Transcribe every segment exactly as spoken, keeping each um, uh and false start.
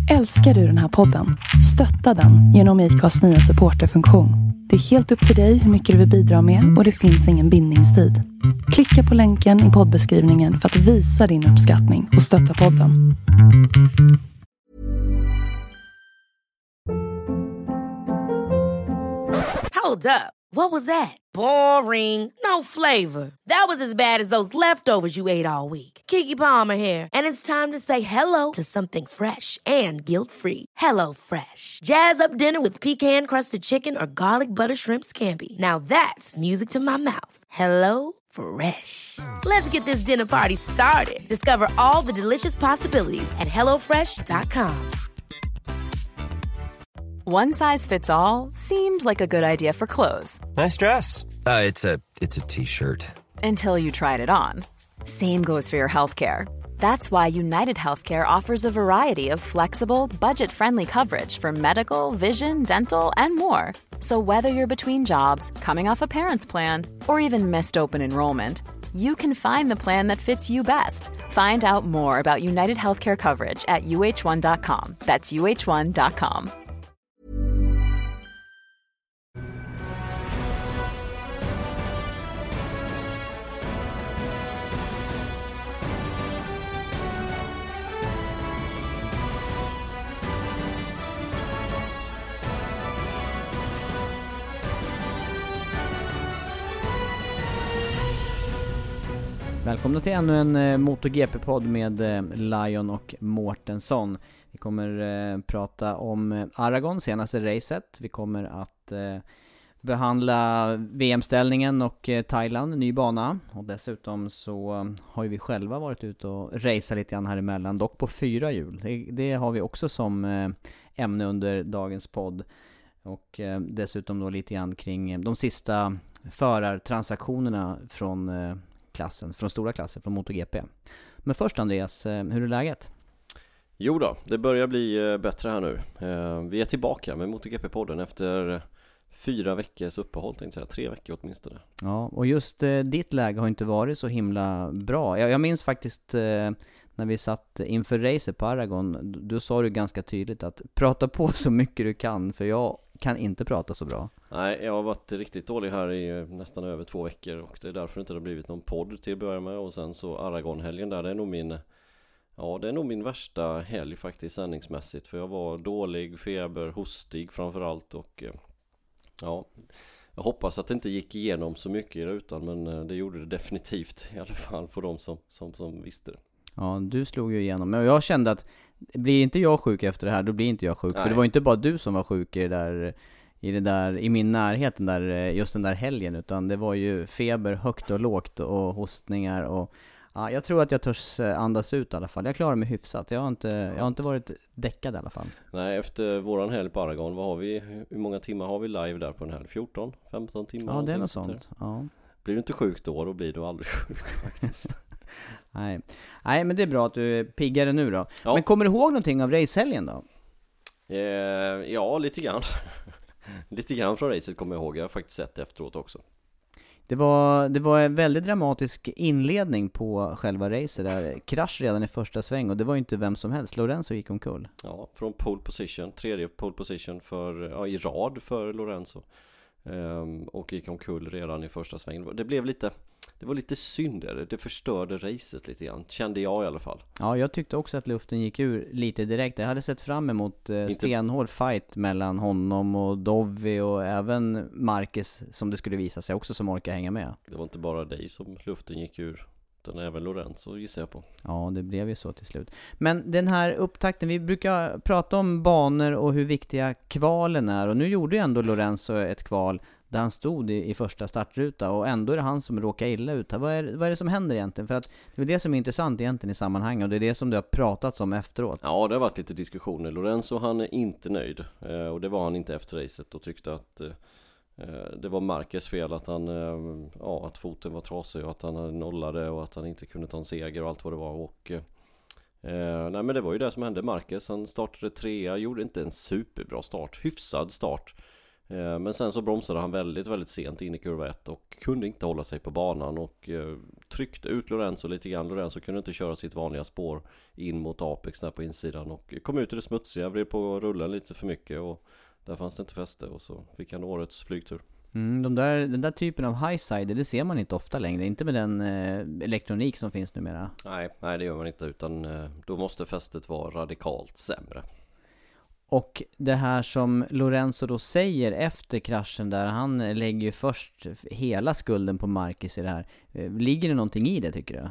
Älskar du den här podden? Stötta den genom I C A:s nya supporterfunktion. Det är helt upp till dig hur mycket du vill bidra med och det finns ingen bindningstid. Klicka på länken i poddbeskrivningen för att visa din uppskattning och stötta podden. Hold up. What was that? Boring. No flavor. That was as bad as those leftovers you ate all week. Keke Palmer here, and it's time to say hello to something fresh and guilt-free. Hello Fresh. Jazz up dinner with pecan-crusted chicken or garlic butter shrimp scampi. Now that's music to my mouth. Hello Fresh. Let's get this dinner party started. Discover all the delicious possibilities at hello fresh dot com. One size fits all seemed like a good idea for clothes. Nice dress. Uh, it's a it's a t-shirt. Until you tried it on. Same goes for your healthcare. That's why United Healthcare offers a variety of flexible, budget-friendly coverage for medical, vision, dental, and more. So whether you're between jobs, coming off a parent's plan, or even missed open enrollment, you can find the plan that fits you best. Find out more about United Healthcare coverage at u h one dot com. That's u h one dot com. Välkomna till ännu en eh, MotoGP-podd med eh, Lion och Mårtensson. Vi kommer eh, prata om eh, Aragon, senaste racet. Vi kommer att eh, behandla V M-ställningen och eh, Thailand, ny bana. Och dessutom så eh, har ju vi själva varit ute och raceat lite grann här emellan, dock på fyra hjul. Det, det har vi också som eh, ämne under dagens podd. Och eh, dessutom då lite grann kring eh, de sista förartransaktionerna från... Eh, klassen, från stora klasser, från MotoGP. Men först Andreas, hur är läget? Jo då, det börjar bli bättre här nu. Vi är tillbaka med MotoGP-podden efter fyra veckors uppehåll, tänkte jag säga, tre veckor åtminstone. Ja, och just eh, ditt läge har inte varit så himla bra. Jag, jag minns faktiskt eh, när vi satt inför racet på Aragon, då sa du ganska tydligt att prata på så mycket du kan, för jag kan inte prata så bra. Nej, jag har varit riktigt dålig här i nästan över två veckor och det är därför inte det har blivit någon podd till att börja med. Och sen så Aragon-helgen där, det är nog min, ja, det är nog min värsta helg faktiskt sändningsmässigt. För jag var dålig, feber, hostig framförallt och ja, jag hoppas att det inte gick igenom så mycket i rutan, men det gjorde det definitivt i alla fall på de som, som, som visste det. Ja, du slog ju igenom. Men jag kände att blir inte jag sjuk efter det här, då blir inte jag sjuk. Nej. För det var inte bara du som var sjuk i det där, i det där, i min närhet den där, just den där helgen, utan det var ju feber högt och lågt och hostningar och ja, jag tror att jag törs andas ut i alla fall. Jag klarar mig hyfsat. Jag har inte, jag har inte varit däckad i alla fall. Nej, efter våran helg på Aragon, vad har vi, hur många timmar har vi live där på den här? fjorton, femton timmar? Ja, det är något sånt. Ja. Blir du inte sjuk då, då blir du aldrig sjuk faktiskt. Nej. Nej, men det är bra att du är piggare nu då. Ja. Men kommer du ihåg någonting av racehelgen då? Eh, ja, lite grann. Lite grann från racet kommer jag ihåg. Jag har faktiskt sett det efteråt också. Det var, det var en väldigt dramatisk inledning på själva racet där. Krasch redan i första sväng och det var ju inte vem som helst. Lorenzo gick omkull. Ja, från pole position. Tredje pole position för, ja, i rad för Lorenzo. Um, och gick omkull redan i första sväng. Det blev lite... Det var lite synd där. Det förstörde racet lite grann. Kände jag i alla fall. Ja, jag tyckte också att luften gick ur lite direkt. Jag hade sett fram emot eh, Inte... stenhård fight mellan honom och Dovi och även Marquez, som det skulle visa sig också, som orkar hänga med. Det var inte bara dig som luften gick ur, utan även Lorenzo gissar jag på. Ja, det blev ju så till slut. Men den här upptakten, vi brukar prata om banor och hur viktiga kvalen är. Och nu gjorde ju ändå Lorenzo ett kval där han stod i, i första startruta och ändå är det han som råkar illa ut. Vad är, vad är det som händer egentligen? För att det är det som är intressant egentligen i sammanhanget och det är det som det har pratats om efteråt. Ja, det har varit lite diskussioner. Lorenzo, han är inte nöjd eh, och det var han inte efter racet och tyckte att eh, det var Marquez fel att han eh, ja, att foten var trasig och att han nollade och att han inte kunde ta en seger och allt vad det var och eh, nej, men det var ju det som hände. Marquez, han startade trea, gjorde inte en superbra start, hyfsad start. Men sen så bromsade han väldigt, väldigt sent in i kurva ett och kunde inte hålla sig på banan och tryckte ut Lorenzo lite grann. Lorenzo kunde inte köra sitt vanliga spår in mot Apex där på insidan och kom ut i det smutsiga, vred på rullen lite för mycket och där fanns det inte fäste och så fick han årets flygtur. Mm, de där, den där typen av highsider, det ser man inte ofta längre, inte med den eh, elektronik som finns numera. Nej, nej, det gör man inte, utan eh, då måste fästet vara radikalt sämre. Och det här som Lorenzo då säger efter kraschen där, han lägger ju först hela skulden på Marquez i det här. Ligger det någonting i det, tycker du?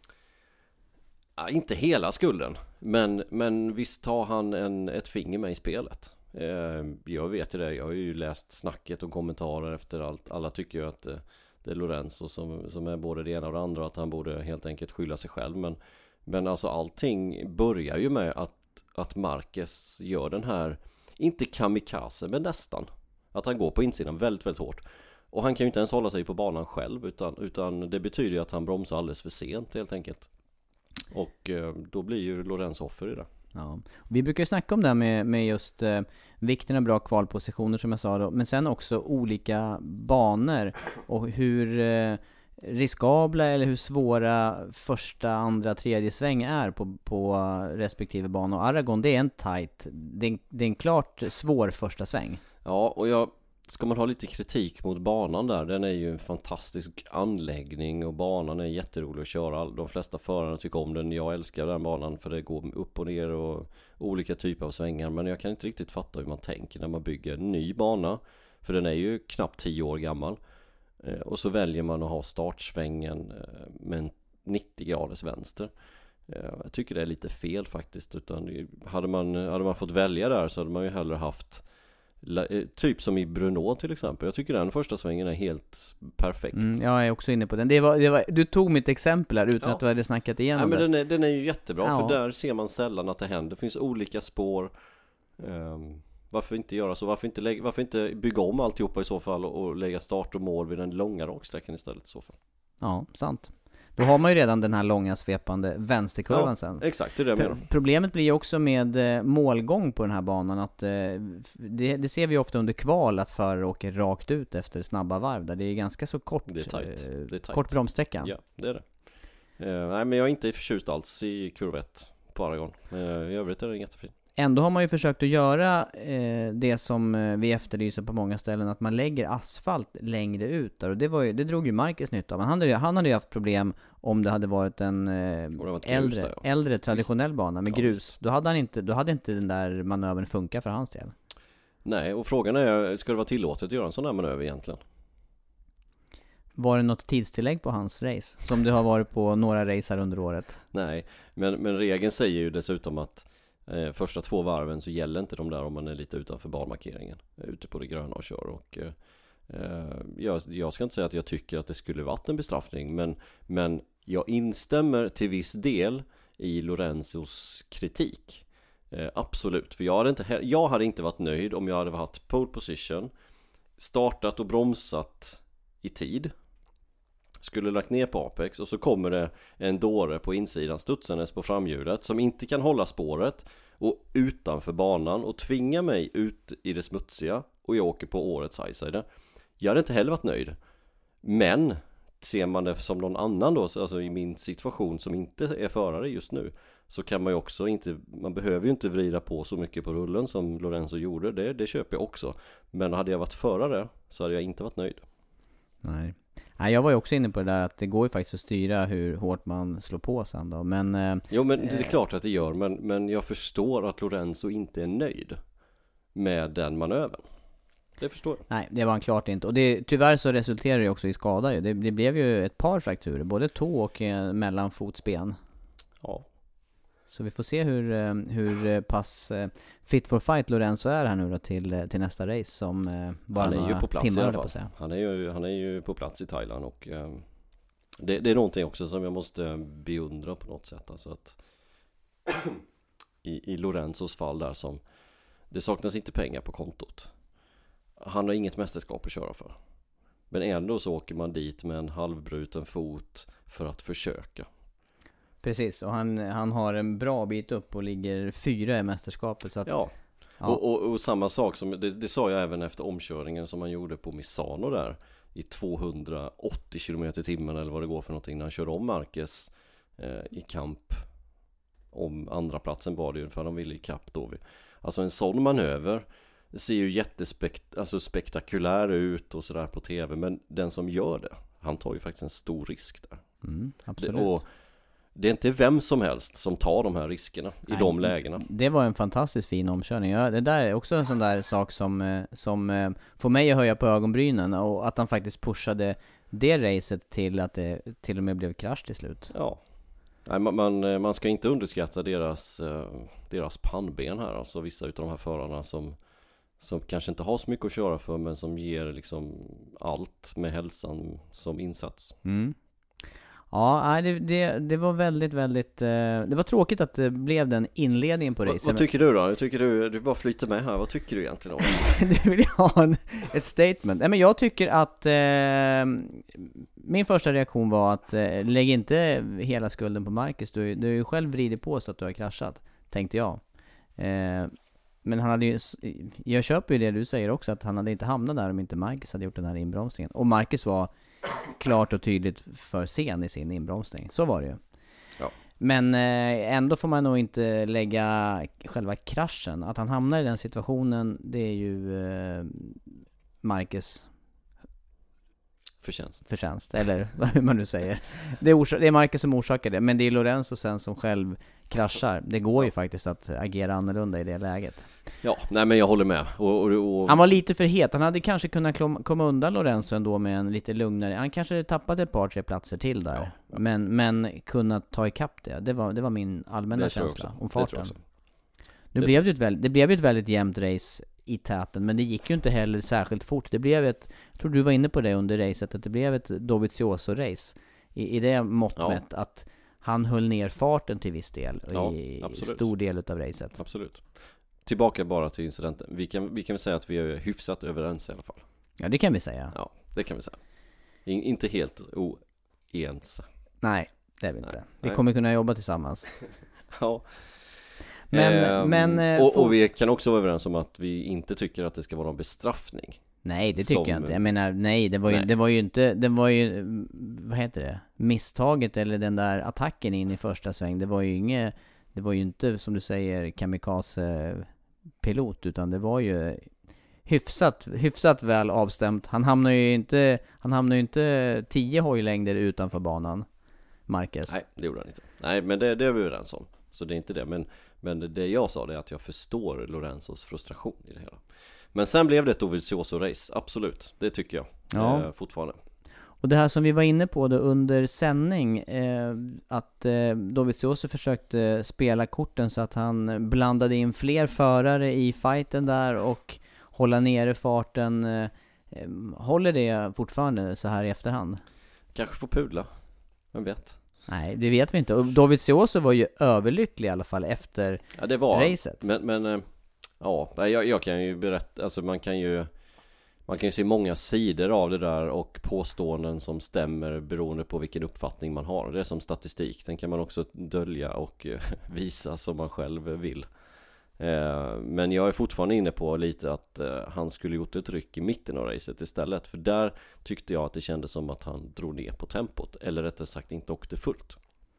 Ja, inte hela skulden, men, men visst tar han en, ett finger med i spelet. Eh, jag vet ju det, jag har ju läst snacket och kommentarer efter allt. Alla tycker ju att eh, det är Lorenzo som, som är både det ena och det andra, att han borde helt enkelt skylla sig själv. Men, men alltså allting börjar ju med att att Marquez gör den här, inte kamikaze, men nästan. Att han går på insidan väldigt, väldigt hårt. Och han kan ju inte ens hålla sig på banan själv, utan, utan det betyder ju att han bromsar alldeles för sent helt enkelt. Och eh, då blir ju Lorenzo offer i det. Ja. Vi brukar ju snacka om det här med, med just eh, vikten av bra kvalpositioner som jag sa då, men sen också olika banor och hur eh, riskabla eller hur svåra första, andra, tredje sväng är på, på respektive bana. Och Aragon, det är en tight, det är en, det är en klart svår första sväng. Ja, och jag, ska man ha lite kritik mot banan där, den är ju en fantastisk anläggning och banan är jätterolig att köra. De flesta förarna tycker om den, jag älskar den banan för det går upp och ner och olika typer av svängar, men jag kan inte riktigt fatta hur man tänker när man bygger en ny bana, för den är ju knappt tio år gammal. Och så väljer man att ha startsvängen med en nittio graders vänster. Jag tycker det är lite fel faktiskt. Utan hade man, hade man fått välja där så hade man ju hellre haft typ som i Brno till exempel. Jag tycker den första svängen är helt perfekt. Mm, jag är också inne på den. Det var, det var, du tog mitt exempel här utan ja. att du hade snackat igenom. Nej, men det. Den, är, den är ju jättebra, ja. för där ser man sällan att det händer. Det finns olika spår. Um, Varför inte göra så? Varför inte, lägga, varför inte bygga om alltihopa i så fall och, och lägga start och mål vid den långa raksträckan istället i så fall? Ja, sant. Då har man ju redan den här långa svepande vänsterkurvan ja, sen. Exakt, det är det jag menar. Problemet blir ju också med eh, målgång på den här banan att eh, det, det ser vi ofta under kval att förare åker rakt ut efter snabba varv där det är ganska så kort, det är tight. Eh, det är tight. kort bromssträcka. Ja, det är det. Eh, nej, men jag är inte förtjust alls i kurva ett på Aragon. Eh, I övrigt är det jättefin. Ändå har man ju försökt att göra eh, det som eh, vi efterlyser på många ställen, att man lägger asfalt längre ut där. Och det, var ju, det drog ju Marquez nytta av. Han hade, han hade ju haft problem om det hade varit en eh, varit äldre, grus där, ja. äldre traditionell Just. bana med ja, grus. Då hade, han inte, då hade inte den där manövern funka för hans del. Nej, och frågan är, ska det vara tillåtet att göra en sån här manöver egentligen? Var det något tidstillägg på hans race? Som det har varit på några racer under året? Nej, men, men regeln säger ju dessutom att Eh, första två varven så gäller inte de där om man är lite utanför banmarkeringen eh, ute på det gröna och kör och eh, jag, jag ska inte säga att jag tycker att det skulle varit en bestraffning, men, men jag instämmer till viss del i Lorenzos kritik. Eh, absolut, för jag hade, inte, jag hade inte varit nöjd om jag hade haft pole position, startat och bromsat i tid, skulle lagt ner på Apex och så kommer det en dåre på insidan studsandes på framhjulet som inte kan hålla spåret och utanför banan och tvinga mig ut i det smutsiga och jag åker på årets highsider. Jag hade inte heller varit nöjd. Men ser man det som någon annan då, alltså i min situation som inte är förare just nu, så kan man ju också inte, man behöver ju inte vrida på så mycket på rullen som Lorenzo gjorde, det, det köper jag också. Men hade jag varit förare så hade jag inte varit nöjd. Nej. Nej, jag var ju också inne på det där att det går ju faktiskt att styra hur hårt man slår på sen då, men... Eh, jo, men det är klart att det gör, men, men jag förstår att Lorenzo inte är nöjd med den manövern. Det förstår jag. Nej, det var han klart inte. Och det, tyvärr så resulterar det också i skada ju. Det, det blev ju ett par frakturer, både tå och eh, mellanfotsben. Ja. Så vi får se hur, hur pass fit for fight Lorenzo är här nu då till, till nästa race som bara han är några ju på plats timmar i alla fall. På sig. Han är ju han är ju på plats i Thailand och eh, det, det är någonting också som jag måste beundra på något sätt, alltså att i, i Lorenzos fall där, som det saknas inte pengar på kontot. Han har inget mästerskap att köra för. Men ändå så åker man dit med en halvbruten fot för att försöka. Precis, och han, han har en bra bit upp och ligger fyra i mästerskapet. Så att, ja, Ja. Och, och, och samma sak som, det, det sa jag även efter omkörningen som han gjorde på Misano där i tvåhundraåttio kilometer i timmen eller vad det går för någonting när han kör om Marquez eh, i kamp om andra platsen var det ju för de ville i kapp då. Alltså en sån manöver ser ju jättespekt, alltså spektakulär ut och sådär på tv, men den som gör det, han tar ju faktiskt en stor risk där. Mm, absolut. Det, och det är inte vem som helst som tar de här riskerna i Nej, de lägena. Det var en fantastiskt fin omkörning. Ja, det där är också en sån där sak som, som får mig att höja på ögonbrynen, och att han faktiskt pushade det racet till att det till och med blev krasch till slut. Ja. Nej, man, man, man ska inte underskatta deras, deras pannben här. Alltså vissa utav de här förarna som, som kanske inte har så mycket att köra för, men som ger liksom allt med hälsan som insats. Mm. Ja, det, det, det var väldigt, väldigt... Det var tråkigt att det blev den inledningen på racet. Vad, vad tycker du då? Jag tycker du, du bara flyter med här. Vad tycker du egentligen om? Du vill ha en, ett statement. Nej, men jag tycker att... Eh, min första reaktion var att eh, lägg inte hela skulden på Marquez. Du, du är ju själv vridit på så att du har kraschat, tänkte jag. Eh, men han hade ju... Jag köper ju det du säger också, att han hade inte hamnat där om inte Marquez hade gjort den här inbromsningen. Och Marquez var klart och tydligt för sen i sin inbromsning. Så var det ju. Ja. Men eh, ändå får man nog inte lägga själva kraschen. Att han hamnar i den situationen, det är ju eh, Marquez förtjänst. förtjänst. Eller vad man nu säger. Det är, orsak- det är Marquez som orsakar det. Men det är Lorenzo sen som själv kraschar. Det går ju faktiskt att agera annorlunda i det läget. Ja, nej men jag håller med. Och, och, och... Han var lite för het. Han hade kanske kunnat klom- komma undan Lorenzo ändå med en lite lugnare. Han kanske tappat ett par, tre platser till där. Ja, ja. Men, men kunnat ta ikapp det. Det var, det var min allmänna känsla om farten. Nu det blev det, ett väl, det blev ju ett väldigt jämnt race i täten, men det gick ju inte heller särskilt fort. Det blev ett, jag tror du var inne på det under racet, att det blev ett Dovizioso-race. I, i det måttet ja. Att han höll ner farten till viss del. Ja, i absolut. Stor del av racet. Absolut. Tillbaka bara till incidenten. Vi kan, vi kan säga att vi är hyfsat överens i alla fall. Ja, det kan vi säga. Ja, det kan vi säga. In, inte helt oense. Nej, det är vi inte. Nej. Vi kommer kunna jobba tillsammans. Ja. Men, ehm, men, och, och vi kan också vara överens om att vi inte tycker att det ska vara någon bestraffning. Nej, det tycker som, jag inte. Jag menar, nej, det var ju, nej. det var ju inte, det var ju, vad heter det? Misstaget eller den där attacken in i första sväng. Det var ju inget, det var ju inte som du säger kamikaze-pilot, utan det var ju hyfsat, hyfsat väl avstämt. Han hamnar ju inte, han hamnar ju inte tio hojlängder utanför banan, Marquez. Nej, det gjorde han inte. Nej, men det, det är vi överens om. Så det är inte det. Men, men det jag sa det är att jag förstår Lorenzos frustration i det hela. Men sen blev det ett Dovizioso-race, absolut. Det tycker jag ja. eh, fortfarande. Och det här som vi var inne på då under sändning, eh, att eh, Dovizioso försökte spela korten så att han blandade in fler förare i fighten där och hålla nere farten. Eh, håller det fortfarande så här i efterhand? Kanske får pudla, vem vet? Nej, det vet vi inte. Och Dovizioso var ju överlycklig i alla fall efter ja, det var racet. Men, men ja, jag, jag kan ju berätta, alltså man kan ju man kan ju se många sidor av det där och påståenden som stämmer beroende på vilken uppfattning man har. Det är som statistik, den kan man också dölja och visa som man själv vill. Men jag är fortfarande inne på lite att han skulle gjort ett ryck i mitten av racet istället. För där tyckte jag att det kändes som att han drog ner på tempot. Eller rättare sagt inte åkte fullt.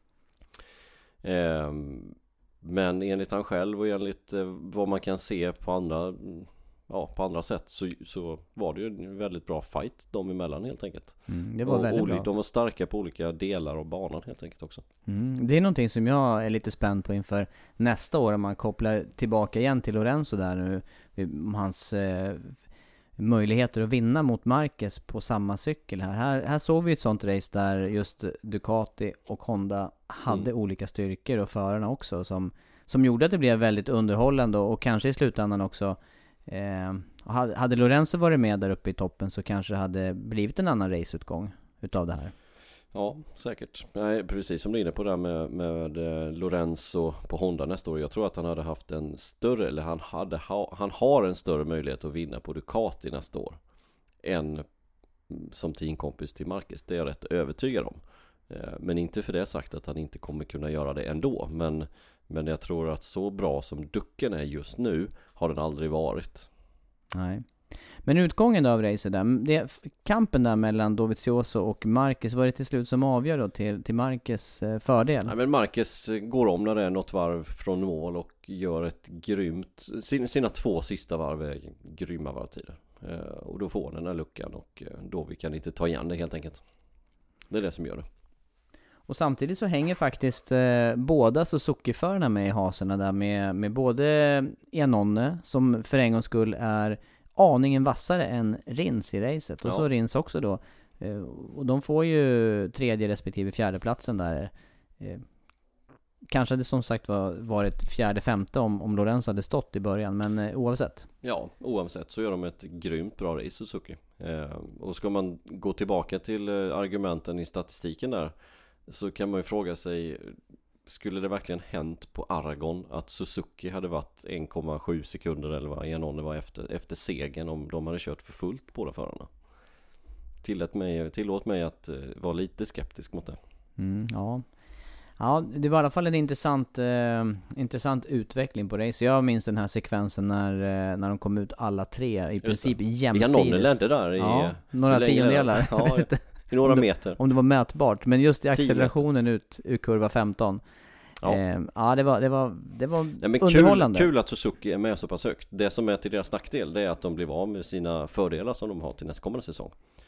Men enligt han själv och enligt vad man kan se på andra, ja, på andra sätt så, så var det ju en väldigt bra fight de emellan helt enkelt. Mm, det var och, väldigt och, bra. De var starka på olika delar av banan helt enkelt också. Mm, det är någonting som jag är lite spänd på inför nästa år, om man kopplar tillbaka igen till Lorenzo där nu, hans eh, möjligheter att vinna mot Marquez på samma cykel här. Här, här såg vi ett sånt race där just Ducati och Honda hade mm. olika styrkor och förarna också som, som gjorde att det blev väldigt underhållande och kanske i slutändan också eh, hade Lorenzo varit med där uppe i toppen så kanske det hade blivit en annan raceutgång utav det här. Ja, säkert. Nej, precis som du är inne på där med, med Lorenzo på Honda nästa år. Jag tror att han hade haft en större, eller han, hade, han har en större möjlighet att vinna på Ducati nästa år än som teamkompis till Marquez. Det är jag rätt övertygad om. Men inte för det sagt att han inte kommer kunna göra det ändå. Men Men jag tror att så bra som Ducken är just nu har den aldrig varit. Nej. Men utgången då av racet där, det, kampen där mellan Dovizioso och Marquez, var det till slut som avgör då till, till Marquez eh, fördel? Nej, men Marquez går om när det är något varv från mål och gör ett grymt, sin, sina två sista varv är grymma varvtider. Eh, och då får den här luckan och eh, då vi kan inte ta igen det helt enkelt. Det är det som gör det. Och samtidigt så hänger faktiskt eh, båda Suzuki-förarna med i haserna där med, med både Iannone som för en gångs skull är aningen vassare än Rins i racet. Och ja. Så Rins också då. Eh, och de får ju tredje respektive fjärde platsen där. Eh, kanske det som sagt var varit fjärde femte om, om Lorenzo hade stått i början. Men eh, oavsett. Ja, oavsett så gör de ett grymt bra race Suzuki. Eh, och ska man gå tillbaka till eh, argumenten i statistiken där, så kan man ju fråga sig, skulle det verkligen hänt på Aragon att Suzuki hade varit en komma sju sekunder eller vad Iannone var efter, efter segern om de hade kört för fullt båda förarna? Tillåt mig, tillåt mig att uh, vara lite skeptisk mot det. Mm, ja. Ja, det var i alla fall en intressant, eh, intressant utveckling på race. Jag minns den här sekvensen när, eh, när de kom ut alla tre i princip jämsides. Iannone ledde där i ja, några tiondelar. Ja, i några meter. Om det var mätbart, men just i accelerationen ut ur kurva femton. Ja, eh, ja det var, det var, det var ja, men underhållande. Kul, kul att Suzuki är med så pass högt. Det som är till deras nackdel, det är att de blev av med sina fördelar som de har till nästkommande säsong.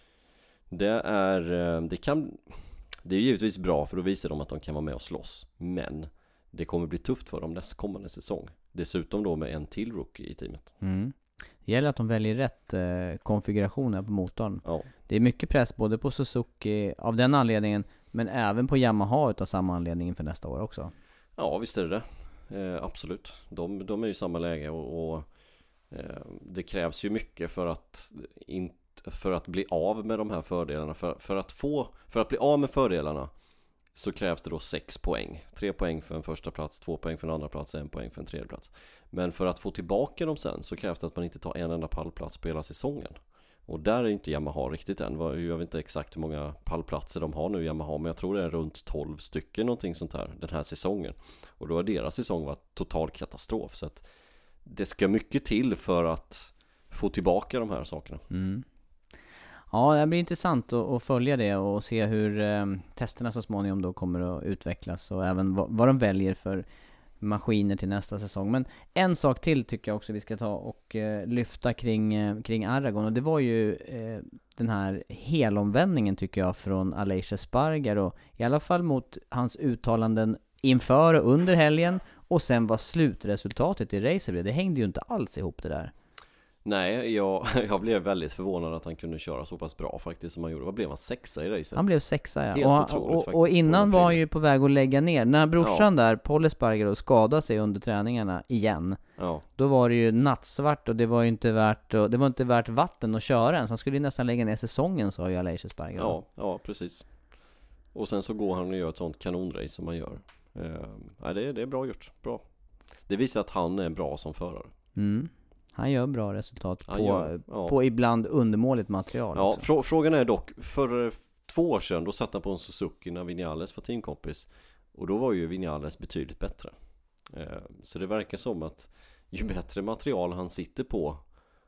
Det är, det kan, det är givetvis bra för då visar de att de kan vara med och slåss. Men det kommer bli tufft för dem nästkommande säsong. Dessutom då med en till rookie i teamet. Mm. Det gäller att de väljer rätt eh, konfigurationer på motorn. Ja. Det är mycket press både på Suzuki av den anledningen, men även på Yamaha utav samma anledning för nästa år också. Ja, visst är det det. Eh, absolut. De, de är ju i samma läge och, och eh, det krävs ju mycket för att, in, för att bli av med de här fördelarna. För, för, att få, för att bli av med fördelarna så krävs det då sex poäng. Tre poäng för en första plats, två poäng för en andra plats, en poäng för en tredje plats. Men för att få tillbaka dem sen så krävs det att man inte tar en enda pallplats på hela säsongen. Och där är inte Yamaha riktigt än. Jag vet inte exakt hur många pallplatser de har nu i Yamaha, men jag tror det är runt tolv stycken någonting sånt här den här säsongen. Och då har deras säsong varit total katastrof. Så att det ska mycket till för att få tillbaka de här sakerna. Mm. Ja, det blir intressant att, att följa det och se hur eh, testerna så småningom då kommer att utvecklas och även vad, vad de väljer för maskiner till nästa säsong. Men en sak till tycker jag också vi ska ta och eh, lyfta kring, eh, kring Aragon, och det var ju eh, den här helomvändningen tycker jag från Aleix Espargaro, i alla fall mot hans uttalanden inför och under helgen, och sen var slutresultatet i racet blev. Det hängde ju inte alls ihop det där. Nej, jag, jag blev väldigt förvånad att han kunde köra så pass bra faktiskt som han gjorde. Vad blev han? Sexa i racet? Han blev sexa, ja. Helt och, otroligt, och, och innan var han ju på väg att lägga ner. När brorsan ja. där, Paul Espargaro, skadade sig under träningarna igen. Ja. Då var det ju nattsvart och det var ju inte värt, och det var inte värt vatten att köra ens. Han skulle ju nästan lägga ner säsongen, sa ju Aleix Espargaro. Ja, ja, precis. Och sen så går han och gör ett sånt kanonrace som man gör. Uh, nej, det är, det är bra gjort. Bra. Det visar att han är bra som förare. Mm. Han gör bra resultat på, gör, ja. på ibland undermåligt material. Ja, också. Frå- frågan är dock, för två år sedan då satt han på en Suzuki när Vinales var teamkompis. Och då var ju Vinales betydligt bättre. Eh, så det verkar som att ju bättre material han sitter på,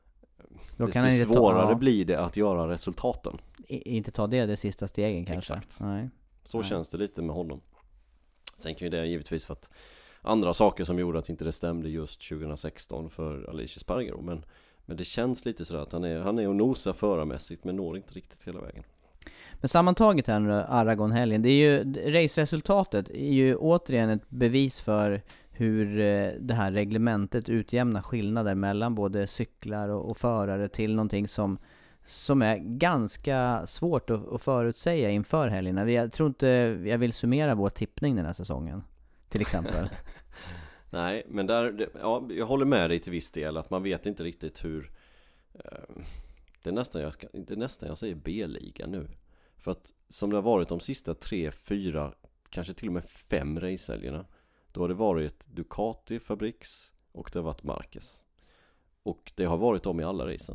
då desto kan svårare ta, ja. blir det att göra resultaten. I, inte ta det det sista stegen kanske. Exakt. Nej. Så Nej. känns det lite med honom. Sen kan ju det givetvis för att andra saker som gjorde att inte det stämde just tjugohundrasexton för Aleix Espargaro, men, men det känns lite sådär att han är, han är och nosar förarmässigt men når inte riktigt hela vägen. Men sammantaget här nu, Aragon-helgen, det är ju, raceresultatet är ju återigen ett bevis för hur det här reglementet utjämnar skillnader mellan både cyklar och, och förare till någonting som som är ganska svårt att, att förutsäga inför helgerna. Jag tror inte jag vill summera vår tippning den här säsongen till exempel. Nej, men där, ja, jag håller med dig till viss del att man vet inte riktigt hur eh, det är nästan jag ska, det är nästan jag säger B-liga nu. För att som det har varit de sista tre, fyra, kanske till och med fem racehelgerna, då har det varit Ducati, Fabriks och det har varit Marquez. Och det har varit de i alla racen.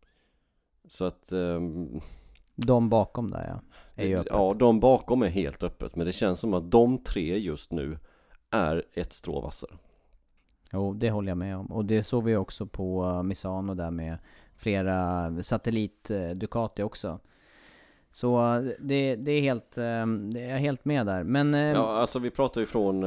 Så att eh, de bakom där, ja. Är ju öppet. Ja, de bakom är helt öppet, men det känns som att de tre just nu är ett strå vassare. Jo, det håller jag med om. Och det såg vi också på Misano där med flera satellit Ducati också. Så det, det är helt det är helt med där. Men ja, alltså vi pratar ju från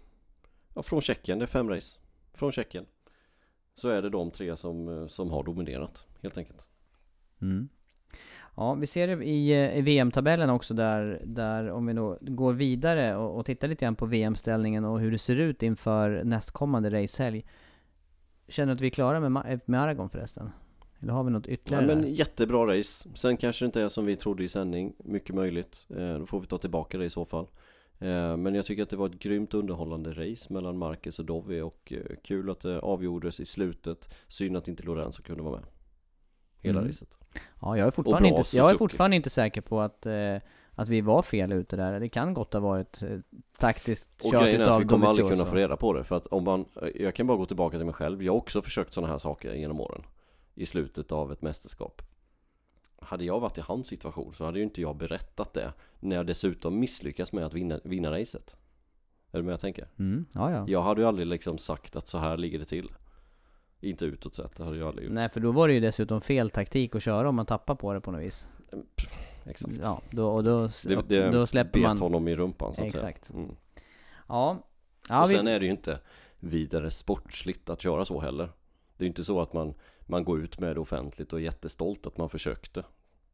ja, från Tjeckien, det är fem race. Från Tjeckien. Så är det de tre som, som har dominerat, helt enkelt. Mm. Ja, vi ser det i, i V M-tabellen också där, där om vi då går vidare och, och tittar lite grann på V M-ställningen och hur det ser ut inför nästkommande racehelg. Känner du att vi är klara med, med Aragon förresten? Eller har vi något ytterligare? Ja, men jättebra race. Sen kanske det inte är som vi trodde i sändning. Mycket möjligt. Eh, då får vi ta tillbaka det i så fall. Eh, men jag tycker att det var ett grymt underhållande race mellan Marquez och Dovi. Och eh, kul att det avgjordes i slutet. Synd att inte Lorenzo kunde vara med. Hela mm. racet. Ja, jag är fortfarande, inte, jag är fortfarande inte säker på att, eh, att vi var fel ute där. Det kan gott ha varit eh, taktiskt och kört grejen är att vi kommer aldrig kunna så. få reda på det. För att om man, jag kan bara gå tillbaka till mig själv. Jag har också försökt sådana här saker genom åren. I slutet av ett mästerskap. Hade jag varit i hans situation så hade ju inte jag berättat det. När jag dessutom misslyckas med att vinna, vinna racet. Är du med jag tänker? Mm, ja, ja. Jag hade ju aldrig liksom sagt att så här ligger det till. Inte utåt sett, det hade jag aldrig gjort. Nej, för då var det ju dessutom fel taktik att köra om man tappar på det på något vis. Exakt. Ja, då, och då, det, det då släpper bet man honom i rumpan så att exakt. säga. Mm. Ja. ja. Och sen vi... är det ju inte vidare sportsligt att köra så heller. Det är ju inte så att man, man går ut med det offentligt och är jättestolt att man försökte.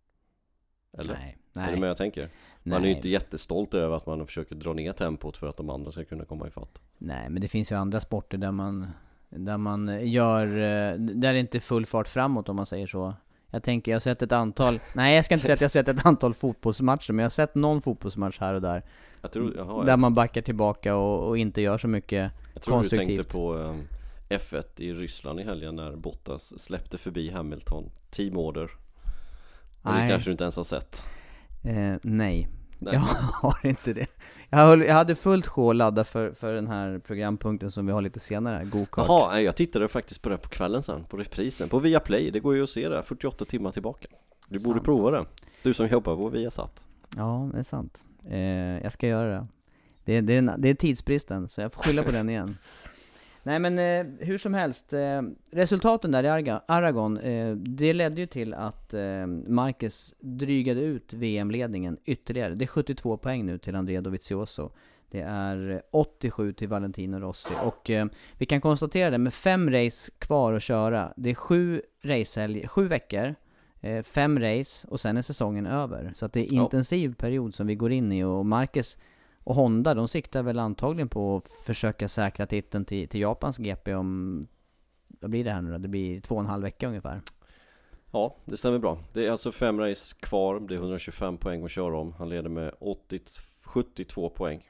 Eller? Nej, nej. Är det med jag tänker? Man nej. är ju inte jättestolt över att man försöker dra ner tempot för att de andra ska kunna komma ifatt. Nej, men det finns ju andra sporter där man där man gör där det inte är full fart framåt om man säger så. Jag tänker, jag har sett ett antal nej jag ska inte säga att jag har sett ett antal fotbollsmatcher, men jag har sett någon fotbollsmatch här och där. Jag tror, jaha, där jag man backar tillbaka och, och inte gör så mycket jag tror konstruktivt. Du tänkte på um, F ett i Ryssland i helgen när Bottas släppte förbi Hamilton. Team order. Och det kanske du inte ens har sett. Eh, nej. nej. Jag har inte det. Jag, höll, jag hade fullt sjå att ladda för, för den här programpunkten som vi har lite senare, go-kart. Jaha, jag tittade faktiskt på det på kvällen sen, på reprisen. På Viaplay, det går ju att se det, fyrtioåtta timmar tillbaka. Du sant. Borde prova det. Du som jobbar på Viasat. Ja, det är sant. Eh, jag ska göra det. Det, det, är, det är tidsbristen, så jag får skylla på den igen. Nej men eh, hur som helst, eh, resultaten där i Arga, Aragon, eh, det ledde ju till att eh, Marquez drygade ut V M-ledningen ytterligare. Det är sjuttiotvå poäng nu till Andrea Dovizioso. Det är åttiosju till Valentino Rossi. Och eh, vi kan konstatera det med fem race kvar att köra. Det är sju racehelg, sju veckor, eh, fem race och sen är säsongen över. Så att det är en ja. intensiv period som vi går in i, och Marquez och Honda, de siktar väl antagligen på att försöka säkra titeln till, till Japans G P om, vad blir det här nu då? Det blir två och en halv vecka ungefär. Ja, det stämmer bra. Det är alltså fem race kvar, det är etthundratjugofem poäng att köra om. Han leder med åttio, sjuttiotvå poäng.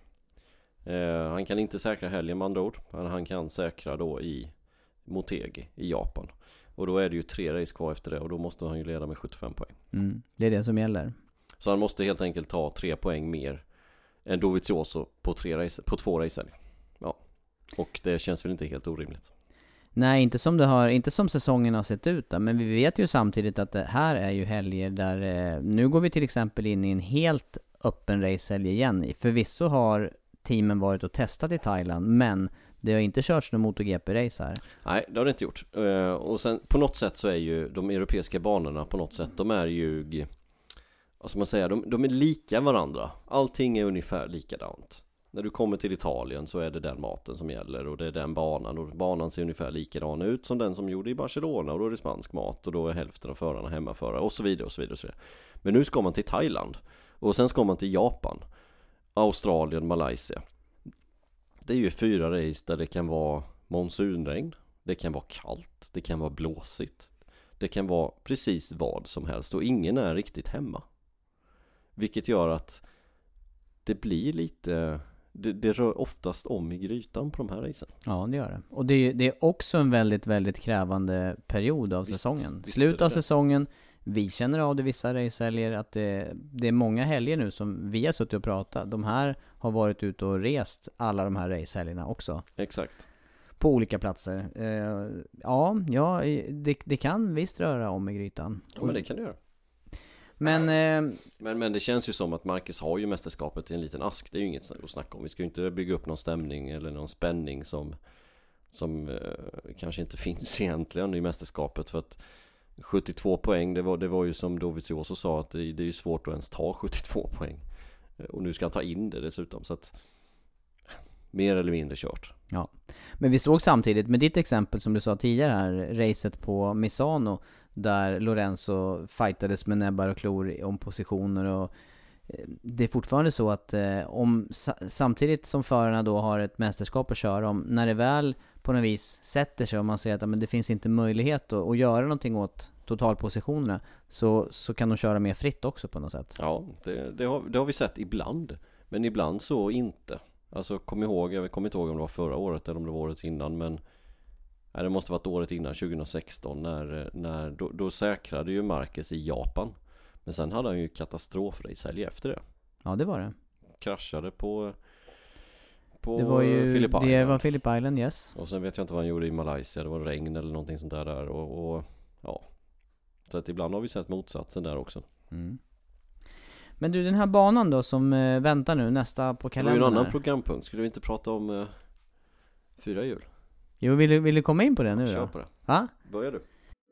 Eh, han kan inte säkra helgen med andra ord, men han kan säkra då i Motegi i Japan. Och då är det ju tre race kvar efter det, och då måste han ju leda med sjuttiofem poäng. Mm, det är det som gäller. Så han måste helt enkelt ta tre poäng mer än Dovizioso på, tre race, på två racer. Ja. Och det känns väl inte helt orimligt. Nej, inte som det har, inte som säsongen har sett ut då, men vi vet ju samtidigt att det här är ju helger där eh, nu går vi till exempel in i en helt öppen racehelg igen. Förvisso har teamen varit och testat i Thailand, men det har inte körts någon MotoGP-race här. Nej, det har det inte gjort. Uh, och sen på något sätt så är ju de europeiska banorna på något sätt, de är ju, vad ska man säga, de, de är lika varandra. Allting är ungefär likadant. När du kommer till Italien så är det den maten som gäller, och det är den banan, och banan ser ungefär likadan ut som den som gjorde i Barcelona, och då är det spansk mat, och då är hälften av förarna hemmaförare och så vidare och så vidare och så vidare. Men nu ska man till Thailand, och sen ska man till Japan, Australien, Malaysia. Det är ju fyra race där det kan vara monsunregn, det kan vara kallt, det kan vara blåsigt, det kan vara precis vad som helst, och ingen är riktigt hemma. Vilket gör att det blir lite, det, det rör oftast om i grytan på de här racen. Ja, det gör det. Och det är, det är också en väldigt, väldigt krävande period av visst, säsongen. Visst Slut av det. säsongen. Vi känner av det vissa racehelger att det, det är många helger nu som vi har suttit och pratat. De här har varit ute och rest alla de här racehelgerna också. Exakt. På olika platser. Eh, ja, ja det, det kan visst röra om i grytan. Ja, men det kan det göra. Men, eh... men, men det känns ju som att Marcus har ju mästerskapet i en liten ask. Det är ju inget att snacka om. Vi ska ju inte bygga upp någon stämning eller någon spänning som, som eh, kanske inte finns egentligen i mästerskapet. För att sjuttiotvå poäng, det var, det var ju som Dovizioso sa, att det, det är ju svårt att ens ta sjuttiotvå poäng. Och nu ska han ta in det dessutom, så att mer eller mindre kört. Ja, men vi såg samtidigt med ditt exempel som du sa tidigare här, racet på Misano, där Lorenzo fightades med näbbar och klor om positioner, och det är fortfarande så att eh, om samtidigt som förarna då har ett mästerskap att köra om, när det väl på något vis sätter sig och man säger att men det finns inte möjlighet att, att göra någonting åt totalpositionerna, så, så kan de köra mer fritt också på något sätt. Ja, det, det, har, det har vi sett ibland, men ibland så inte. Alltså kom ihåg, jag kommer inte ihåg om det var förra året eller om det var året innan, men nej, det måste ha varit året innan, tjugohundrasexton, när, när, då, då säkrade ju Marquez i Japan. Men sen hade han ju katastrofrace helg efter det. Ja, det var det. Kraschade på, på det var ju, Phillip Island. Det var Phillip Island, yes. Och sen vet jag inte vad han gjorde i Malaysia. Det var regn eller någonting sånt där. där och, och ja. Så att ibland har vi sett motsatsen där också. Mm. Men du, den här banan då som äh, väntar nu nästa på kalendern. Det var ju en annan här. programpunkt. Skulle vi inte prata om äh, fyra hjul? Jo, vill du, vill du komma in på det nu? Kör då? på det. Ha? Börjar du.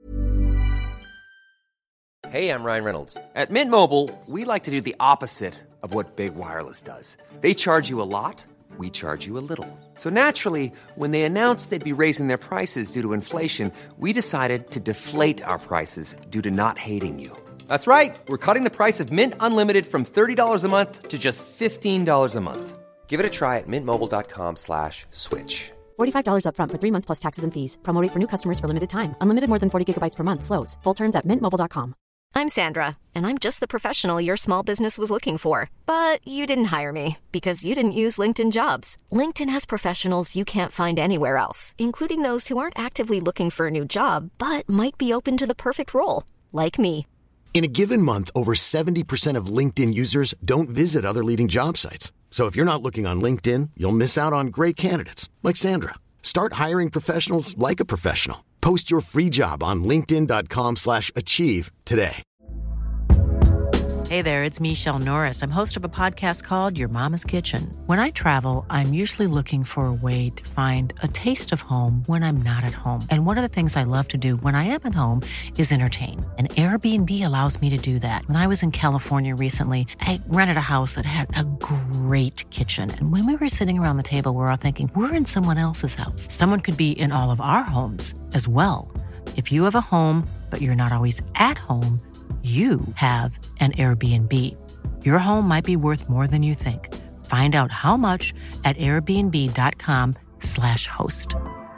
Hey, I'm Ryan Reynolds. At Mint Mobile, we like to do the opposite of what Big Wireless does. They charge you a lot, we charge you a little. So naturally, when they announced they'd be raising their prices due to inflation, we decided to deflate our prices due to not hating you. That's right. We're cutting the price of Mint Unlimited from thirty dollars a month to just fifteen dollars a month. Give it a try at mintmobile.com slash switch. forty-five dollars up front for three months plus taxes and fees. Promo rate for new customers for limited time. Unlimited more than forty gigabytes per month. Slows full terms at mint mobile dot com. I'm Sandra, and I'm just the professional your small business was looking for. But you didn't hire me because you didn't use LinkedIn Jobs. LinkedIn has professionals you can't find anywhere else, including those who aren't actively looking for a new job, but might be open to the perfect role, like me. In a given month, over seventy percent of LinkedIn users don't visit other leading job sites. So if you're not looking on LinkedIn, you'll miss out on great candidates like Sandra. Start hiring professionals like a professional. Post your free job on linkedin dot com slash achieve today. Hey there, it's Michelle Norris. I'm host of a podcast called Your Mama's Kitchen. When I travel, I'm usually looking for a way to find a taste of home when I'm not at home. And one of the things I love to do when I am at home is entertain. And Airbnb allows me to do that. When I was in California recently, I rented a house that had a great kitchen. And when we were sitting around the table, we were all thinking, we're in someone else's house. Someone could be in all of our homes as well. If you have a home, but you're not always at home, you have an Airbnb. Your home might be worth more than you think. Find out how much at airbnb.com slash host.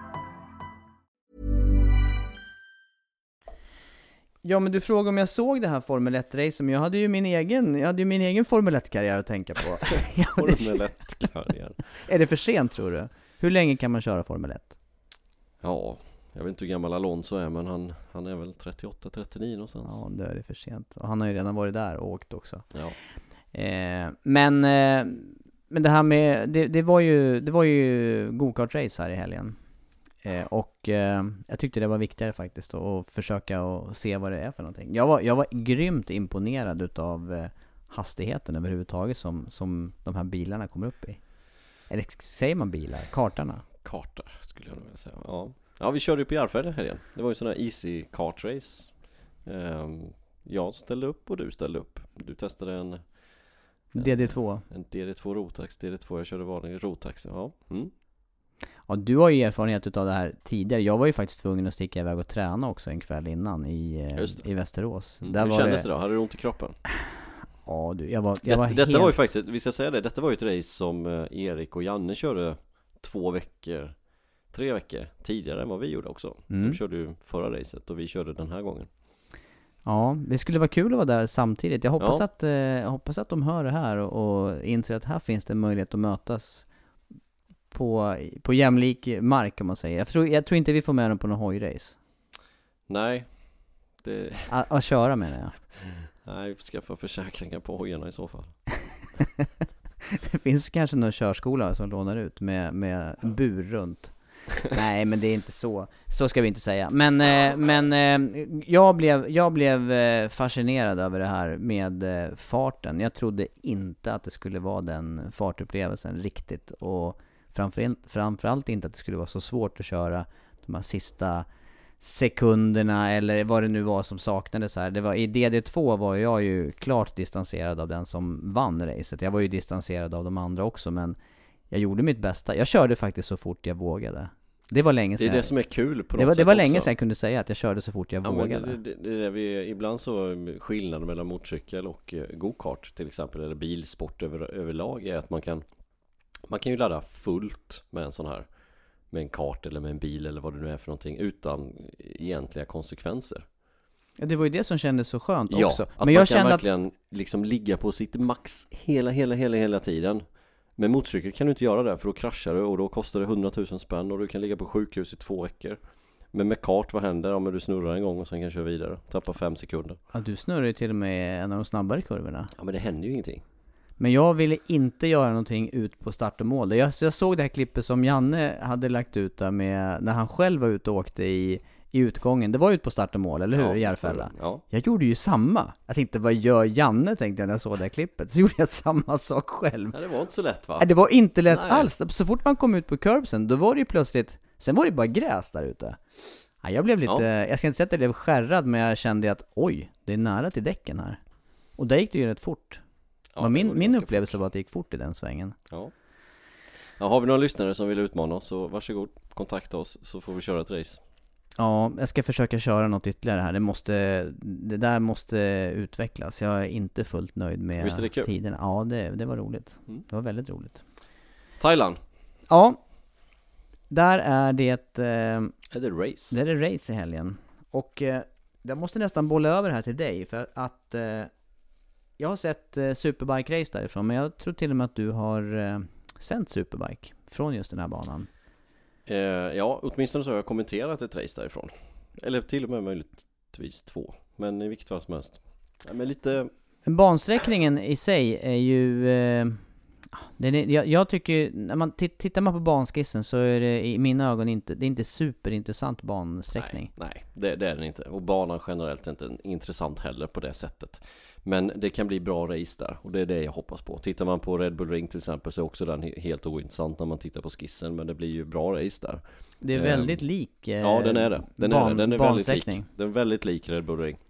Ja, men du frågade om jag såg det här Formel ett-race, men jag hade ju min egen, jag hade ju min egen Formel ett-karriär att tänka på. Formel ett-karriär. Är det för sent, tror du? Hur länge kan man köra Formel ett? Ja, jag vet inte hur gammal Alonso är, men han, han är väl trettioåtta trettionio någonstans. Ja, det är det för sent. Och han har ju redan varit där och åkt också. Ja. Eh, men, eh, men det här med, det, det var ju, det var ju go-kart-race här i helgen. Eh, och eh, jag tyckte det var viktigare faktiskt då, att försöka och se vad det är för någonting. Jag var, jag var grymt imponerad utav eh, hastigheten överhuvudtaget som, som de här bilarna kommer upp i. Eller säger man bilar? Kartarna? Kartor skulle jag nog vilja säga, ja. Ja, vi körde ju på Järfälla här igen. Det var ju sån här easy kart race. Um, jag ställde upp och du ställde upp. Du testade en... en D D två. En D D två Rotax, D D två, jag körde vanlig Rotax. Ja. Mm. Ja, du har ju erfarenhet utav det här tidigare. Jag var ju faktiskt tvungen att sticka iväg och träna också en kväll innan i, i Västerås. Mm. Där Hur var kändes det då? Hade du ont i kroppen? Ja, du, jag var, jag det, var Detta helt... var ju faktiskt, vi ska säga det, detta var ju ett race som Erik och Janne körde två veckor, tre veckor tidigare än vad vi gjorde också. Mm. De körde ju förra racet och vi körde den här gången. Ja, det skulle vara kul att vara där samtidigt. Jag hoppas, ja. att, eh, jag hoppas att de hör det här och, och inser att här finns det en möjlighet att mötas på, på jämlik mark, om man säger. Jag tror, jag tror inte vi får med dem på någon hojrace. Nej. Det... Att, att köra med det, ja. Nej, vi får skaffa försäkringar på hojarna i så fall. Det finns kanske någon körskola som lånar ut med, med en bur runt. Nej, men det är inte så. Så ska vi inte säga. Men, eh, men eh, jag blev, jag blev eh, fascinerad över det här med eh, farten. Jag trodde inte att det skulle vara den fartupplevelsen riktigt. Och framförallt, framförallt inte att det skulle vara så svårt att köra de här sista sekunderna eller vad det nu var som saknades här. Det var, i D D två var jag ju klart distanserad av den som vann racet. Jag var ju distanserad av de andra också, men jag gjorde mitt bästa. Jag körde faktiskt så fort jag vågade. Det var länge sedan. Det är det som är kul på något det var, sätt Det var också. länge sedan jag kunde säga att jag körde så fort jag ja, vågade. Men det, det, det är vi, ibland så skillnaden mellan motorcykel och go-kart till exempel, eller bilsport över, överlag, är att man kan man kan ju ladda fullt med en sån här, med en kart eller med en bil eller vad det nu är för någonting, utan egentliga konsekvenser. Ja, det var ju det som kändes så skönt ja, också. Att men man jag kan kände verkligen att... liksom ligga på sitt max hela, hela, hela, hela tiden. Med motorcykel kan du inte göra det, för då kraschar du och då kostar det hundratusen spänn och du kan ligga på sjukhus i två veckor. Men med kart, vad händer om du snurrar en gång och sen kan köra vidare? Tappa fem sekunder. Ja, du snurrar ju till och med en av de snabbare kurvorna. Ja, men det händer ju ingenting. Men jag ville inte göra någonting ut på start och mål. Jag, jag såg det här klippet som Janne hade lagt ut där med, när han själv var ute och åkte i, i utgången. Det var ut på start och mål, eller hur? Ja, I Järfälla. Ja. Jag gjorde ju samma. Jag tänkte, vad gör Janne, tänkte jag när jag såg det här klippet. Så gjorde jag samma sak själv. Ja, det var inte så lätt, va? Det var inte lätt Nej. alls. Så fort man kom ut på curbsen, då var det ju plötsligt, sen var det bara gräs där ute. Ja, jag blev lite, Ja. jag ska inte säga att jag blev skärrad, men jag kände att oj, det är nära till däcken här. Och där gick det ju rätt fort. Ja, Var min min upplevelse fort. var att det gick fort i den svängen. Ja. Ja, har vi några lyssnare som vill utmana oss, så varsågod, kontakta oss så får vi köra ett race. Ja, jag ska försöka köra något ytterligare här. Det måste, det där måste utvecklas. Jag är inte fullt nöjd med Visst är det kul? tiderna. Ja, det, det var roligt. Mm. Det var väldigt roligt. Thailand. Ja, där är det... Eh, är det race? Det är det race i helgen. Och eh, jag måste nästan bolla över här till dig, för att eh, jag har sett eh, Superbike-race därifrån, men jag tror till och med att du har eh, sänt Superbike från just den här banan. Eh, ja, åtminstone så har jag kommenterat ett race därifrån. Eller till och med möjligtvis två. Men i vilket fall som helst. Ja, men lite... Bansträckningen i sig är ju... Eh, den är, jag, jag tycker, när man t- tittar man på banskissen så är det i mina ögon inte, det är inte superintressant bansträckning. Nej, nej det, det är den inte. Och banan generellt är inte intressant heller på det sättet. Men det kan bli bra race där, och det är det jag hoppas på. Tittar man på Red Bull Ring till exempel så är också den helt ointressant när man tittar på skissen, men det blir ju bra race där. Det är väldigt um, lik eh, Ja, den är det. Den ban, är det. Den är väldigt lik. bansträckning. Den är väldigt lik Red Bull Ring.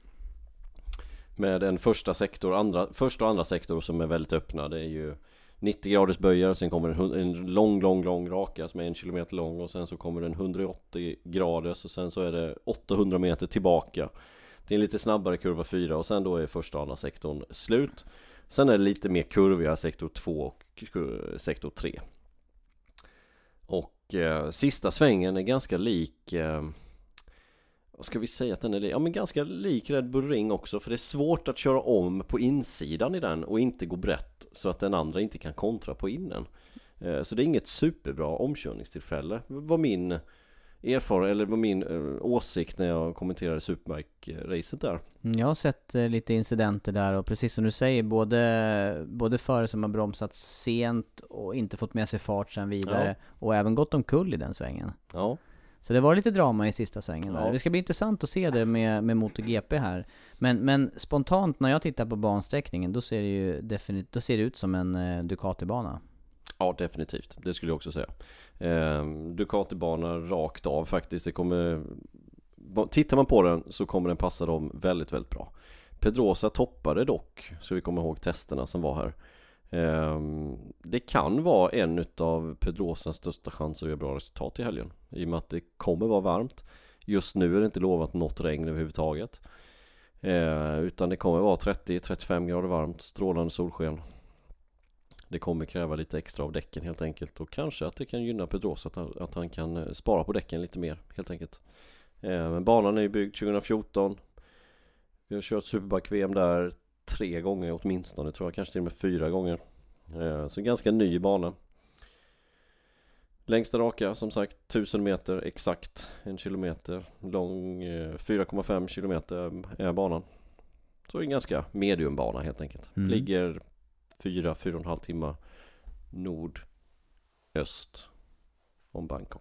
Med en första sektor, andra, första och andra sektor som är väldigt öppna. Det är ju nittio graders böjar, sen kommer en, en lång, lång, lång raka som är en kilometer lång, och sen så kommer den hundraåttio graders, och sen så är det åttahundra meter tillbaka. Det är en lite snabbare kurva fyra, och sen då är första och andra sektorn slut. Sen är det lite mer kurviga sektor två och sektor tre. Och eh, sista svängen är ganska lik... Eh, vad ska vi säga att den är lik? Ja, men ganska lik Red Bull Ring också, för det är svårt att köra om på insidan i den och inte gå brett så att den andra inte kan kontra på innen. Eh, så det är inget superbra omkörningstillfälle. Var min erfarenhet, eller var min eh, åsikt när jag kommenterade Superbike-racet där. Jag har sett eh, lite incidenter där, och precis som du säger, både, både förare som har bromsat sent och inte fått med sig fart sen vidare, ja. Och även gått omkull i den svängen. Ja. Så det var lite drama i sista svängen där. Ja. Det ska bli intressant att se det med, med MotoGP här. Men, men spontant när jag tittar på bansträckningen, då ser det ju definitivt, då ser det ut som en eh, Ducati-bana. Ja, definitivt. Det skulle jag också säga. Eh, Ducati-bana rakt av faktiskt. Det kommer, tittar man på den så kommer den passa dem väldigt, väldigt bra. Pedrosa toppade dock, så vi kommer ihåg testerna som var här. Eh, det kan vara en av Pedrosas största chanser att göra bra resultat i helgen, i och med att det kommer vara varmt. Just nu är det inte lovat något regn överhuvudtaget. Eh, utan det kommer vara trettio till trettiofem grader varmt, strålande solsken. Det kommer kräva lite extra av däcken helt enkelt, och kanske att det kan gynna Pedrosa att, att han kan spara på däcken lite mer helt enkelt. Eh, men banan är ju byggd tjugo fjorton. Vi har kört Superbike-V M där tre gånger åtminstone, tror jag, kanske till och med fyra gånger. Eh, så ganska ny bana. Längsta raka, som sagt, tusen meter exakt, en kilometer lång, eh, fyra komma fem kilometer är banan. Så en ganska mediumbana helt enkelt. Mm. Ligger fyra, fyra och en halv timme nordöst om Bangkok.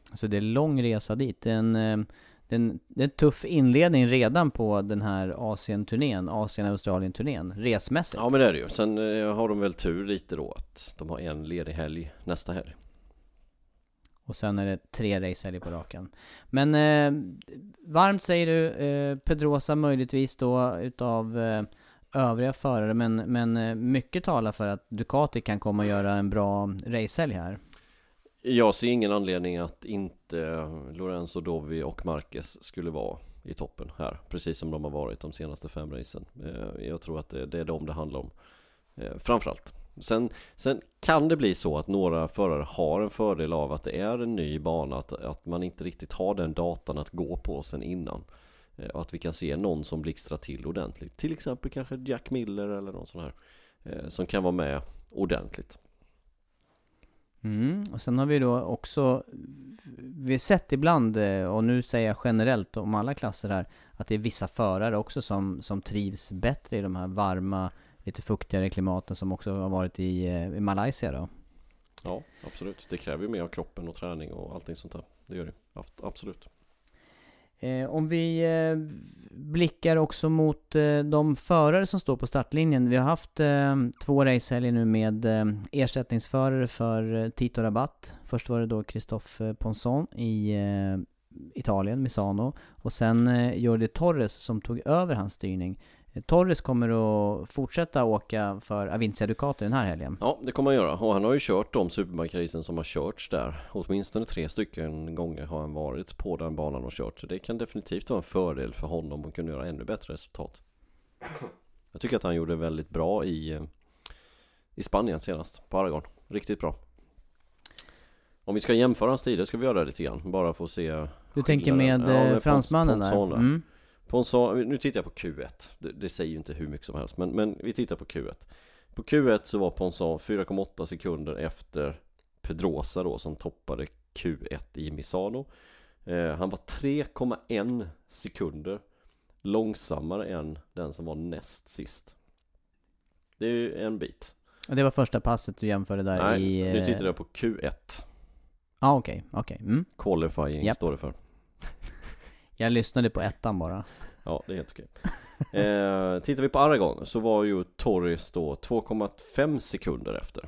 Så det är lång resa dit. Det är en, eh, det är en, det är en tuff inledning redan på den här Asien-turnén, Asien-Australien-turnén, resmässigt. Ja, men det är det ju. Sen eh, har de väl tur lite då att de har en ledig helg nästa helg. Och sen är det tre racehelger på raken. Men eh, varmt säger du, eh, Pedrosa möjligtvis då utav eh, övriga förare. Men, men eh, mycket talar för att Ducati kan komma och göra en bra racehelg här. Jag ser ingen anledning att inte Lorenzo, Dovi och Marquez skulle vara i toppen här. Precis som de har varit de senaste fem racen. Eh, jag tror att det, det är dem det handlar om. Eh, framförallt. Sen, sen kan det bli så att några förare har en fördel av att det är en ny bana, att, att man inte riktigt har den datan att gå på sen innan. Eh, att vi kan se någon som blixtrar till ordentligt. Till exempel kanske Jack Miller eller någon sån här eh, som kan vara med ordentligt. Mm. Och sen har vi då också vi har sett ibland, och nu säger jag generellt om alla klasser här, att det är vissa förare också som, som trivs bättre i de här varma, lite fuktigare klimaten som också har varit i, i Malaysia då. Ja, absolut. Det kräver ju mer av kroppen och träning och allting sånt där. Det gör det, absolut. Eh, om vi eh, blickar också mot eh, de förare som står på startlinjen. Vi har haft eh, två racehelger nu med eh, ersättningsförare för eh, Tito Rabat. Först var det då Christophe Ponson i eh, Italien, Misano. Och sen eh, Jordi Torres som tog över hans styrning. Torres kommer att fortsätta åka för Avinza Ducati den här helgen. Ja, det kommer han göra. Och han har ju kört de Superbike-racen som har körts där. Åtminstone tre stycken gånger har han varit på den banan och kört. Så det kan definitivt vara en fördel för honom att kunna göra ännu bättre resultat. Jag tycker att han gjorde väldigt bra i, i Spanien senast, på Aragon. Riktigt bra. Om vi ska jämföra hans tider ska vi göra det lite grann. Bara för att se. Du tänker med, ja, med fransmannen där? Mm. Ponson, nu tittar jag på Q ett. Det, det säger ju inte hur mycket som helst, men, men vi tittar på Q ett. På Q ett så var Ponson fyra komma åtta sekunder efter Pedrosa då, som toppade Q ett i Misano. Eh, han var tre komma ett sekunder långsammare än den som var näst sist. Det är ju en bit. Och det var första passet du jämförde där? Nej, i... nu tittar jag på Q ett. Ah, okej, okay, okej. Okay. Mm. Qualifying yep. står det för. Jag lyssnade på ettan bara. Ja, det är helt okej. Eh, tittar vi på Aragon så var ju Torres då två komma fem sekunder efter.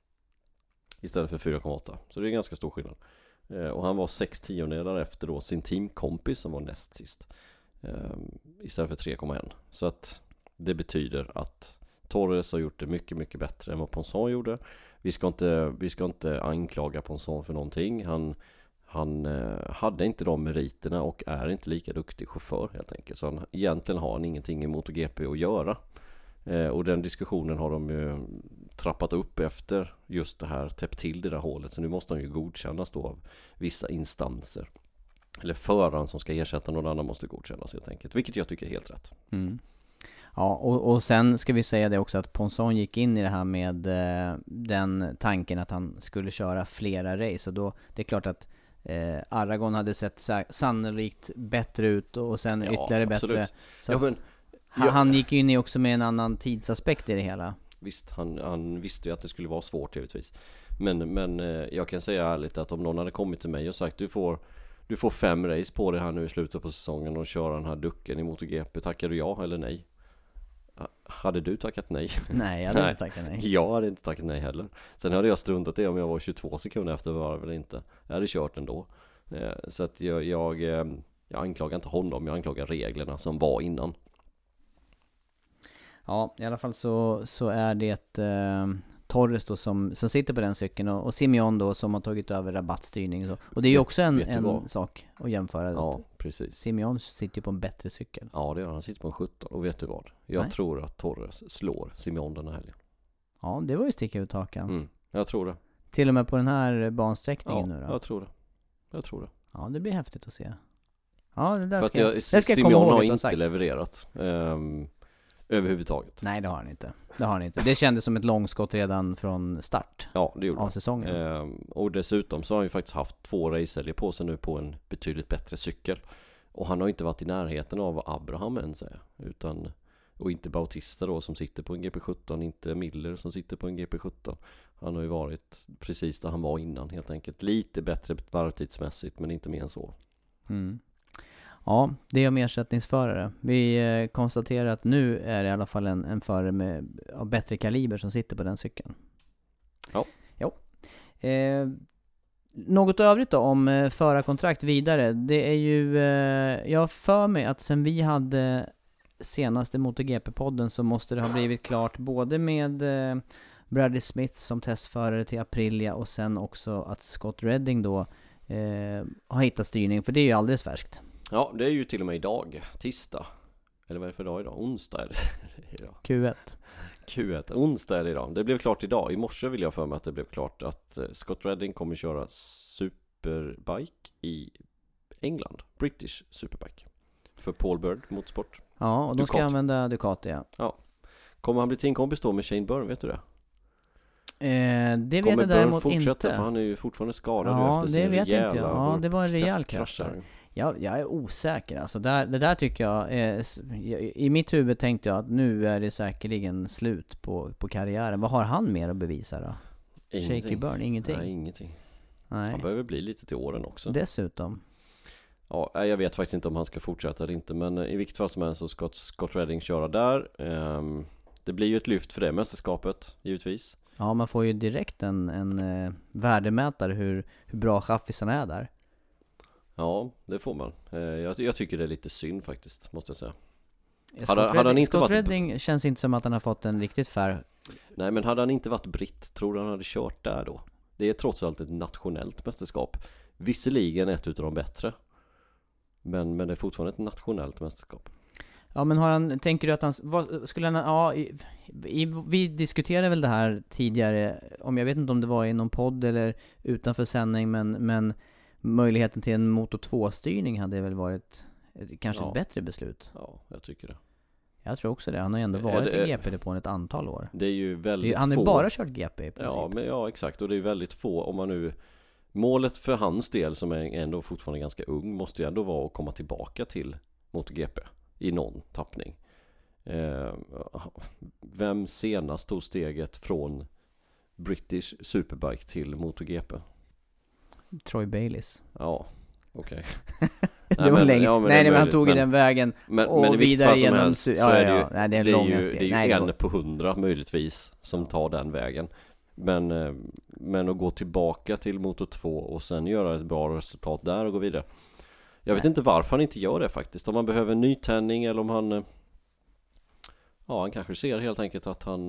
Istället för fyra komma åtta. Så det är en ganska stor skillnad. Eh, och han var sex tiondelar efter då sin teamkompis som var näst sist. Eh, istället för tre komma ett. Så att det betyder att Torres har gjort det mycket, mycket bättre än vad Ponson gjorde. Vi ska inte, vi ska inte anklaga Ponson för någonting. Han... Han eh, hade inte de meriterna och är inte lika duktig chaufför helt enkelt. Så han, egentligen har han ingenting i MotoGP att göra. Eh, och den diskussionen har de ju trappat upp efter just det här, täppt till det där hålet. Så nu måste han ju godkännas då av vissa instanser. Eller föraren som ska ersätta någon annan måste godkännas helt enkelt. Vilket jag tycker är helt rätt. Mm. Ja, och, och sen ska vi säga det också att Ponson gick in i det här med eh, den tanken att han skulle köra flera race. Och då, det är klart att Eh, Aragon hade sett sa- sannolikt bättre ut och sen ja, ytterligare absolut. bättre. Så ja, men, han, ja. han gick ju in i också med en annan tidsaspekt i det hela. Visst, han, han visste ju att det skulle vara svårt givetvis. Men, men eh, jag kan säga ärligt att om någon hade kommit till mig och sagt du får, du får fem race på dig här nu i slutet på säsongen och köra den här ducken i MotoGP, tackar du ja eller nej? Hade du tackat nej? Nej, jag hade inte tackat nej. Jag hade inte tackat nej heller. Sen hade jag struntat det om jag var tjugotvå sekunder efter varv eller inte. Jag hade kört ändå. Så att jag, jag, jag anklagar inte honom, jag anklagar reglerna som var innan. Ja, i alla fall så, så är det eh, Torres då som, som sitter på den cykeln och, och Simeon då som har tagit över rabattstyrning. Så. Och det är ju också en, en sak att jämföra. Ja, precis. Simeon sitter ju på en bättre cykel. Ja, det gör han. Han sitter på en sjutton. Och vet du vad? Jag Nej. tror att Torres slår Simeon den här helgen. Ja, det var ju sticka ut hakan. Mm, jag tror det. Till och med på den här bansträckningen ja, nu då? jag tror det. Jag tror det. Ja, det blir häftigt att se. Ja, det där För ska att jag, jag, ska Simeon jag har inte levererat. Um, Överhuvudtaget. Nej, det har han inte. Det har han inte. Det kändes som ett långskott redan från start. Ja, det gjorde av säsongen. Ehm, och dessutom så har han ju faktiskt haft två racehelger på sig nu på en betydligt bättre cykel. Och han har inte varit i närheten av Abraham än säger jag. Utan, och inte Bautista då som sitter på en G P sjutton, inte Miller som sitter på en G P sjutton. Han har ju varit precis där han var innan helt enkelt. Lite bättre varvtidsmässigt, men inte mer än så. Mm. Ja, det är om ersättningsförare. Vi eh, konstaterar att nu är det i alla fall en, en förare med av bättre kaliber som sitter på den cykeln. Ja. Jo. Eh, något övrigt då om eh, förarkontrakt vidare. Det är ju, eh, jag har för mig att sen vi hade senaste MotoGP-podden så måste det ha blivit klart både med eh, Bradley Smith som testförare till Aprilia och sen också att Scott Redding då eh, har hittat styrning, för det är ju alldeles färskt. Ja, det är ju till och med idag, tisdag. Eller vad är det för dag idag? Onsdag är det idag. Q ett. Q ett, onsdag är det idag. Det blev klart idag. I morse vill jag för mig att det blev klart att Scott Redding kommer köra Superbike i England. British Superbike. För Paul Bird Motorsport. Ja, och de ska Ducati. använda Ducati, ja. Ja. Kommer han bli teamkompis då med Shane Byrne, vet du det? Eh, det kommer vet jag däremot fortsätta, inte. För han är ju fortfarande skadad ja, efter det sin vet rejäla inte jag. Ja, det var en rejäl krasch. krasch. Ja, jag är osäker. Alltså där, det där tycker jag är, i mitt huvud tänkte jag att nu är det säkerligen slut på, på karriären. Vad har han mer att bevisa då? Ingenting. Shaky Byrne, ingenting. Nej, ingenting. Nej. Han behöver bli lite till åren också. Dessutom. Ja, jag vet faktiskt inte om han ska fortsätta eller inte, men i vilket fall som helst så ska Scott Redding köra där. Um, det blir ju ett lyft för det mästerskapet, givetvis. Ja, man får ju direkt en, en uh, värdemätare hur, hur bra chaffisarna är där. Ja, det får man. Uh, jag, jag tycker det är lite synd faktiskt, måste jag säga. Scott hade, Redding, hade han inte Scott varit... Redding känns inte som att han har fått en riktigt fair... Nej, men hade han inte varit britt, tror du han hade kört där då? Det är trots allt ett nationellt mästerskap. Visserligen ett utav de bättre. Men, men det är fortfarande ett nationellt mästerskap. Ja, men har han, tänker du att han, vad, skulle han, ja, i, i, vi diskuterade väl det här tidigare, om jag vet inte om det var i någon podd eller utanför sändning, men, men möjligheten till en motor två-styrning hade väl varit ett, kanske ja. ett bättre beslut. Ja, jag tycker det. Jag tror också det, han har ju ändå varit det, i G P D på ett antal år. Det är ju väldigt det är, Han har få... bara kört G P i princip. Ja, men, ja, exakt, och det är väldigt få, om man nu... Målet för hans del, som är ändå fortfarande ganska ung, måste ju ändå vara att komma tillbaka till MotoGP i någon tappning. Eh, vem senast tog steget från British Superbike till MotoGP? Troy Bayliss. Ja, okej. Okay. det var länge. Ja, nej, nej, men han tog men, i den vägen men, och men i vidare genom genom... Så ja, är det ju, ja, nej, det är, det är ju, det det är ju nej, en det på hundra möjligtvis som tar den vägen. Men, men att gå tillbaka till Moto två och sen göra ett bra resultat där och gå vidare. Jag vet Nej. inte varför han inte gör det faktiskt. Om han behöver en nytändning eller om han... Ja, han kanske ser helt enkelt att han...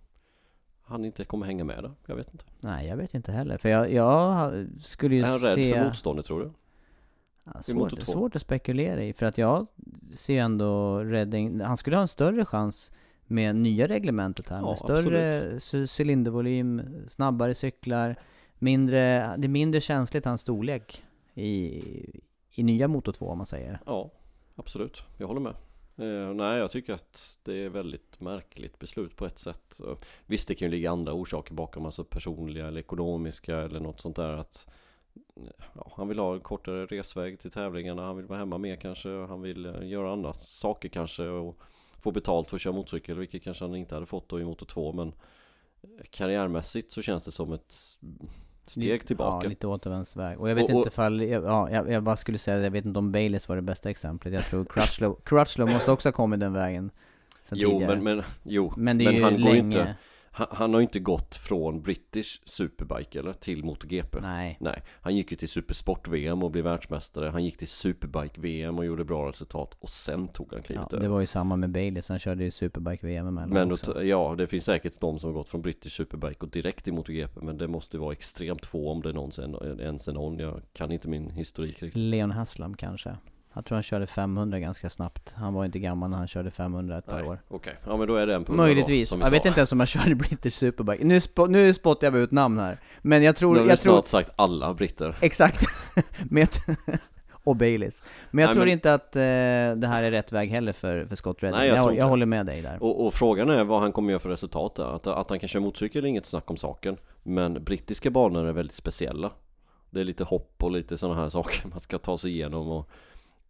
Han inte kommer hänga med där. Jag vet inte. Nej, jag vet inte heller. För jag, jag skulle ju se... Är han rädd för motståndet, tror du? Ja, svårt, svårt att spekulera i. För att jag ser ändå Redding... Han skulle ha en större chans... med nya reglementet här, ja, med större c- cylindervolym, snabbare cyklar, mindre, det är mindre känsligt hans storlek i, i nya Moto två, om man säger. Ja, absolut. Jag håller med. Eh, nej, jag tycker att det är väldigt märkligt beslut på ett sätt. Visst, det kan ju ligga andra orsaker bakom, alltså personliga eller ekonomiska eller något sånt där, att ja, han vill ha en kortare resväg till tävlingarna, han vill vara hemma mer kanske, han vill göra andra saker kanske och få betalt för att köra motorcykel, vilket kanske han inte hade fått då i Moto två, men karriärmässigt så känns det som ett steg tillbaka. Ja, lite återvändsväg. Och jag vet och, och, inte ifall, ja, jag, jag bara skulle säga, jag vet inte om Bayliss var det bästa exemplet. Jag tror Crutchlow, Crutchlow måste också ha kommit den vägen sen jo, tidigare. men, men, jo, men, det är men ju han länge... går inte... Han, han har ju inte gått från British Superbike eller till MotoGP. Nej. Nej. Han gick ju till Supersport-V M och blev världsmästare. Han gick till Superbike-V M och gjorde bra resultat. Och sen tog han klivet ja, över. Det var ju samma med Bayliss. Han körde ju Superbike-V M emellan. Men då, ja, det finns säkert de som har gått från British Superbike och direkt till MotoGP. Men det måste vara extremt få om det någonsin ens är någon. Jag kan inte min historik riktigt. Leon Haslam kanske. Jag tror han körde femhundra ganska snabbt. Han var inte gammal när han körde femhundra ett par Nej, år. Okej, okay. Ja men då är det en på möjligtvis. Då, jag vet inte ens om han körde British Superbike. Nu, sp- nu spottar jag ut namn här. Men jag tror... Nu har jag vi snart tror... sagt alla britter. Exakt. Med och Bayliss. Men jag Nej, tror men... inte att eh, det här är rätt väg heller för, för Scott Redding. Nej, jag, jag, jag håller med dig där. Och, och frågan är vad han kommer göra för resultat där. Att, att han kan köra motorcykel är inget snack om saken. Men brittiska banor är väldigt speciella. Det är lite hopp och lite sådana här saker man ska ta sig igenom och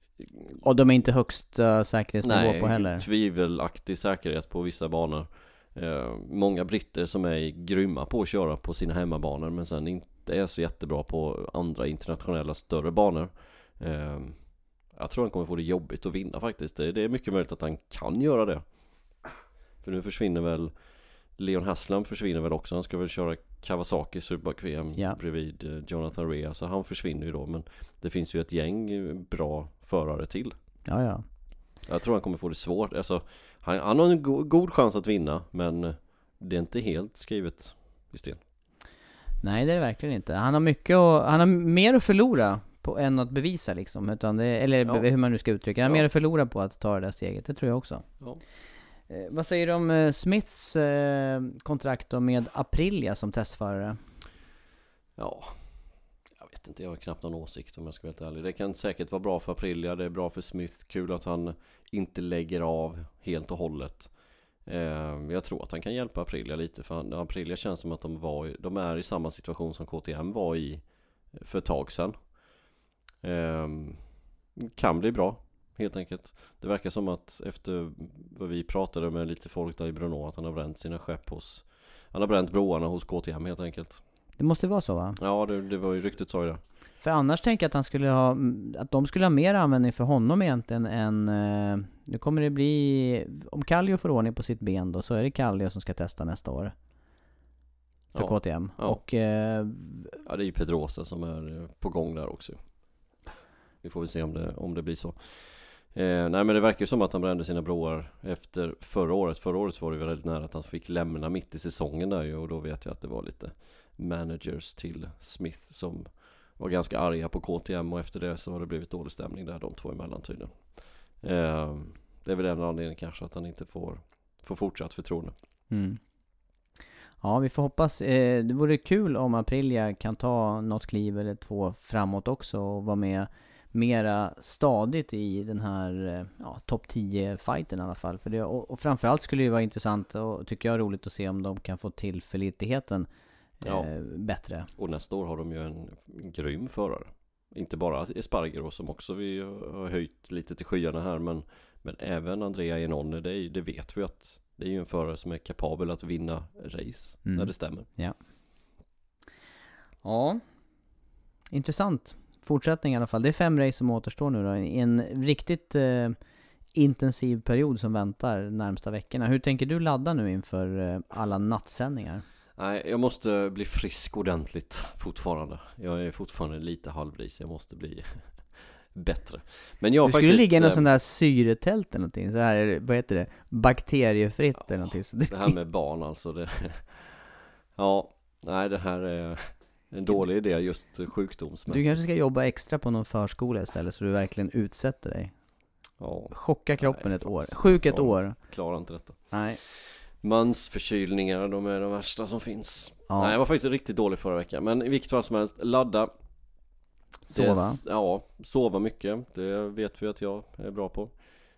Och de är inte högst uh, säkerhetsnivå Nej, på heller. tvivelaktig säkerhet på vissa banor. eh, många britter som är grymma på att köra på sina hemmabanor men sen inte är så jättebra på andra internationella större banor. eh, Jag tror han kommer få det jobbigt att vinna faktiskt. Det, det är mycket möjligt att han kan göra det. För nu försvinner väl Leon Haslam försvinner väl också. Han ska väl köra Kawasaki Superbike-V M ja. bredvid Jonathan Rea. Så han försvinner ju då. Men det finns ju ett gäng bra förare till. Ja, ja. Jag tror han kommer få det svårt. Alltså, han, han har en go- god chans att vinna. Men det är inte helt skrivet i sten. Nej, det är det verkligen inte. Han har mycket att, han har mer att förlora på än att bevisa liksom. Utan det, eller ja. hur man nu ska uttrycka. Han har ja. mer att förlora på att ta det där steget. Det tror jag också. Ja. Eh, vad säger du om eh, Smiths eh, kontrakt då med Aprilia som testförare? Ja, jag vet inte. Jag har knappt någon åsikt om jag ska vara helt ärlig. Det kan säkert vara bra för Aprilia. Det är bra för Smith. Kul att han inte lägger av helt och hållet. Eh, jag tror att han kan hjälpa Aprilia lite. För han, Aprilia känns som att de, var, de är i samma situation som K T M var i för ett tag sedan. Eh, kan bli bra. Helt enkelt. Det verkar som att efter vad vi pratade med lite folk där i Brno att han har bränt sina skepp hos... Han har bränt broarna hos K T M helt enkelt. Det måste vara så, va? Ja, det, det var ju ryktet sa ju det. För annars tänker jag att han skulle ha... Att de skulle ha mer användning för honom egentligen än... Eh, nu kommer det bli... Om Kallio får ordning på sitt ben då så är det Kallio som ska testa nästa år. För ja, K T M. Ja. Och... Eh, ja, det är ju Pedrosa som är på gång där också. Vi får väl se om det, om det blir så. Eh, nej men det verkar ju som att han brände sina broar efter förra året. Förra året var det väldigt nära att han fick lämna mitt i säsongen där ju, och då vet jag att det var lite managers till Smith som var ganska arga på K T M, och efter det så har det blivit dålig stämning där de två emellan tydligen. Eh, det är väl en anledning kanske att han inte får, får fortsatt förtroende. Mm. Ja, vi får hoppas. Eh, det vore kul om Aprilia kan ta något kliv eller två framåt också och vara med mera stadigt i den här ja, topp tio-fighten i alla fall. För det, och, och framförallt skulle det vara intressant och tycker jag roligt att se om de kan få tillförlitligheten ja. eh, bättre. Och nästa år har de ju en grym förare. Inte bara Espargaro som också vi har höjt lite till skyarna här, men, men även Andrea Iannone, det, det vet vi att det är ju en förare som är kapabel att vinna race mm. när det stämmer. Ja. Ja. Intressant. Fortsättning i alla fall. Det är fem race som återstår nu då. En riktigt eh, intensiv period som väntar närmsta veckorna. Hur tänker du ladda nu inför eh, alla nattsändningar? Nej, jag måste bli frisk ordentligt fortfarande. Jag är fortfarande lite halvris. Jag måste bli bättre. Men jag du skulle faktiskt, ligga i någon sån där syretält eller någonting. Så här, vad heter det? Bakteriefritt ja, eller någonting. Så det här med barn alltså. Det, ja, nej det här är... En dålig idé just sjukdomsmässigt. Du kanske ska jobba extra på någon förskola istället så du verkligen utsätter dig. Ja. Chocka kroppen Nej, ett år. Sjuk ett år. Klarar inte detta. Nej. Mansförkylningar, de är de värsta som finns. Ja. Nej, jag var faktiskt riktigt dålig förra veckan. Men i vilket fall som helst, ladda. Sova. Det, ja, sova mycket. Det vet vi att jag är bra på.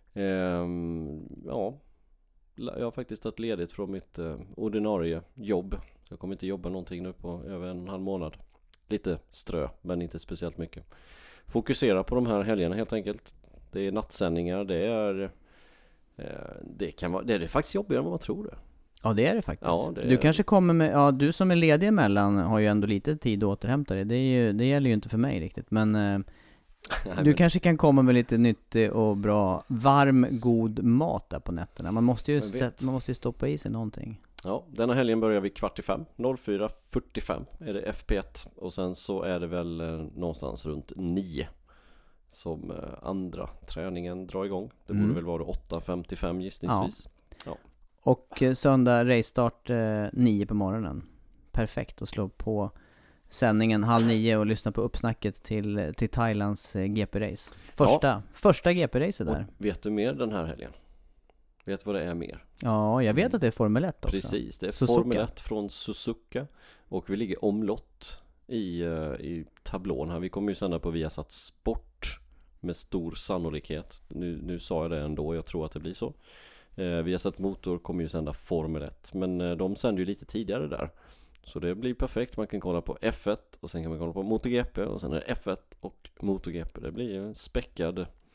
Ehm, ja. Jag har faktiskt tagit ledigt från mitt eh, ordinarie jobb. Jag kommer inte jobba någonting nu på över en halv månad. Lite strö, men inte speciellt mycket. Fokusera på de här helgerna helt enkelt. Det är nattsändningar, det är eh, det kan vara, det är det faktiskt jobbigare än vad man tror det. Ja, det är det faktiskt. Ja, det du är... kanske kommer med, ja, du som är ledig emellan har ju ändå lite tid att återhämta dig. Det är ju, det gäller ju inte för mig riktigt, men eh, du men... kanske kan komma med lite nyttig och bra varm, god mat där på nätterna. Man måste ju sätta, man måste ju stoppa i sig någonting. Ja, denna helgen börjar vi kvart i fem. noll fyra fyrtiofem är det F P ett. Och sen så är det väl eh, någonstans runt nio som eh, andra träningen drar igång. Det borde mm. väl vara åtta femtiofem gissningsvis. Ja. Ja. Och eh, söndag racestart eh, nio på morgonen. Perfekt att slå på sändningen halv nio och lyssna på uppsnacket till, till Thailands eh, G P-race. Första, ja. första G P-racet där. Och vet du mer den här helgen? Vet vad det är mer? Ja, jag vet att det är Formel ett också. Precis, det är Suzuka. Formel ett från Suzuka. Och vi ligger omlott i, uh, i tablån här. Vi kommer ju sända på Viasat Sport med stor sannolikhet. Nu, nu sa jag det ändå, jag tror att det blir så. uh, Viasat Motor kommer ju sända Formel ett. Men uh, de sänder ju lite tidigare där. Så det blir perfekt, man kan kolla på F ett och sen kan man kolla på MotoGP och sen är det F ett och MotoGP. Det blir ju en späckad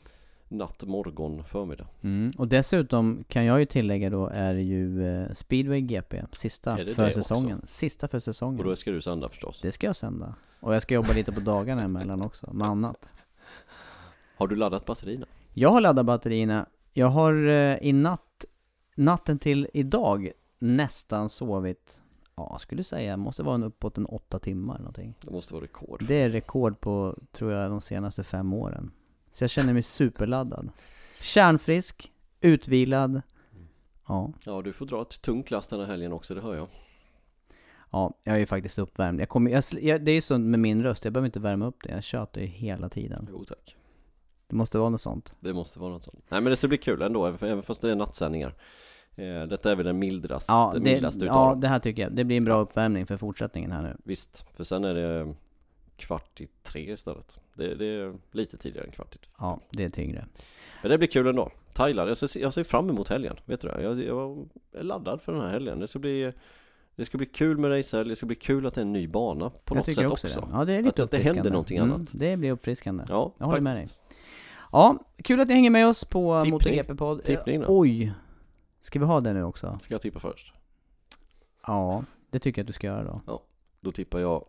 natt, morgon, förmiddag. Mm. Och dessutom kan jag ju tillägga då är ju eh, Speedway G P sista för säsongen. Sista för säsongen. Och då ska du sända förstås. Det ska jag sända. Och jag ska jobba lite på dagarna emellan också med annat. Har du laddat batterierna? Jag har laddat batterierna. Jag har eh, i natt, natten till idag nästan sovit, ja jag skulle säga, måste vara en uppåt en åtta timmar någonting. Det måste vara rekord. Det är rekord på, tror jag, de senaste fem åren. Så jag känner mig superladdad. Kärnfrisk, utvilad. Ja. Ja, du får dra ett tungt last den här helgen också, det hör jag. Ja, jag är ju faktiskt uppvärmd. Jag kommer, jag, jag, det är så med min röst, jag behöver inte värma upp det. Jag tjatar ju hela tiden. Jo, tack. Det måste vara något sånt. Det måste vara något sånt. Nej, men det ska bli kul ändå, även fast det är nattsändningar. Eh, detta är väl den mildraste, ja, det, mildaste utav ja, dem. det här tycker jag. Det blir en bra uppvärmning för fortsättningen här nu. Visst, för sen är det kvart i tre istället. Det, det är lite tidigare än kvart i tre. Ja, det är tyngre. Men det blir kul ändå. Thailand, jag ser, jag ser fram emot helgen. Vet du det? Jag, jag är laddad för den här helgen. Det ska bli, det ska bli kul med racehelg. Det ska bli kul att det är en ny bana på jag något sätt också. också. Det. Ja, det är lite att, att det händer någonting mm, annat. Det blir uppfriskande. Ja, jag håller faktiskt. med dig. Ja, kul att ni hänger med oss på Tippning. MotoGP-podd. Tippning då. Oj, ska vi ha det nu också? Ska jag tippa först? Ja, det tycker jag att du ska göra då. Ja, då tippar jag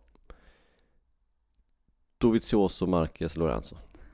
Dovizioso Marquez Lorenzo.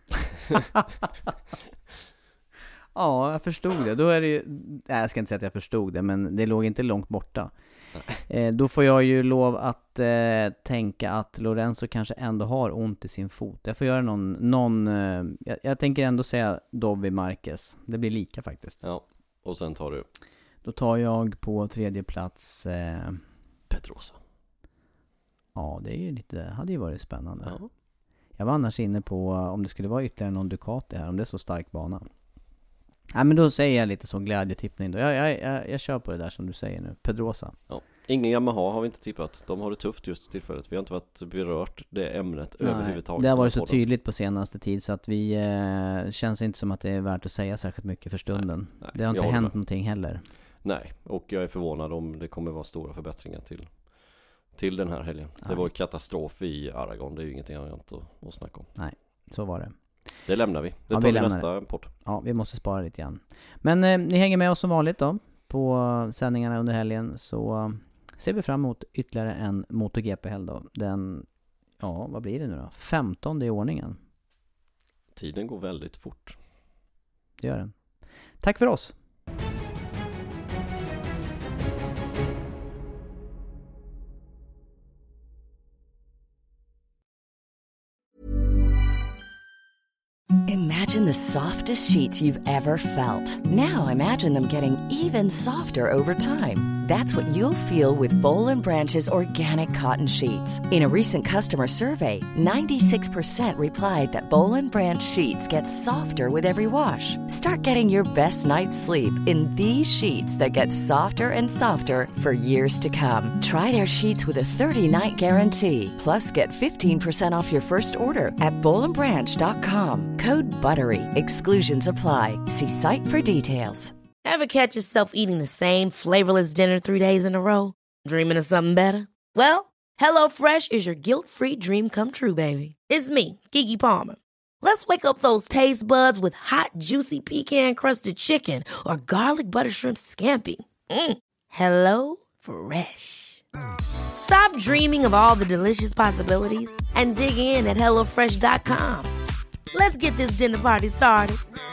Ja, jag förstod det. Då är det ju, nej, jag ska inte säga att jag förstod det, men det låg inte långt borta. Eh, då får jag ju lov att eh, tänka att Lorenzo kanske ändå har ont i sin fot. Jag får göra någon, någon eh, jag, jag tänker ändå säga Dovi Marquez. Det blir lika faktiskt. Ja, och sen tar du? Då tar jag på tredje plats eh, Pedrosa. Ja, det är ju lite, hade ju varit spännande. Ja. Jag var annars inne på om det skulle vara ytterligare någon Ducati här, om det är så stark bana. Nej, men då säger jag lite så glädjetippning då. Jag, jag, jag, jag kör på det där som du säger nu. Pedrosa. Ja. Ingen Yamaha har vi inte tippat. De har det tufft just tillfället. Vi har inte varit berört det ämnet Nej, överhuvudtaget. Det har varit så tydligt på senaste tid så att vi eh, känns inte som att det är värt att säga särskilt mycket för stunden. Nej, nej, det har inte hänt någonting heller. Nej, och jag är förvånad om det kommer vara stora förbättringar till, till den här helgen. Nej. Det var ju katastrof i Aragon. Det är ju ingenting annat att, att snacka om. Nej, så var det. Det lämnar vi. Det ja, tar vi vi nästa det. podd. Ja, vi måste spara lite grann. Men eh, ni hänger med oss som vanligt då på sändningarna under helgen, så uh, ser vi fram emot ytterligare en MotoGP-helg då. Den, ja, vad blir det nu då? femtonde i ordningen. Tiden går väldigt fort. Det gör den. Tack för oss. Imagine the softest sheets you've ever felt. Now imagine them getting even softer over time. That's what you'll feel with Boll and Branch's organic cotton sheets. In a recent customer survey, ninety-six percent replied that Boll and Branch sheets get softer with every wash. Start getting your best night's sleep in these sheets that get softer and softer for years to come. Try their sheets with a thirty-night guarantee. Plus, get fifteen percent off your first order at boll and branch dot com. Code BUTTERY. Exclusions apply. See site for details. Ever catch yourself eating the same flavorless dinner three days in a row? Dreaming of something better? Well, HelloFresh is your guilt-free dream come true, baby. It's me, Keke Palmer. Let's wake up those taste buds with hot, juicy pecan-crusted chicken or garlic butter shrimp scampi. Mm. Hello Fresh. Stop dreaming of all the delicious possibilities and dig in at hello fresh dot com. Let's get this dinner party started.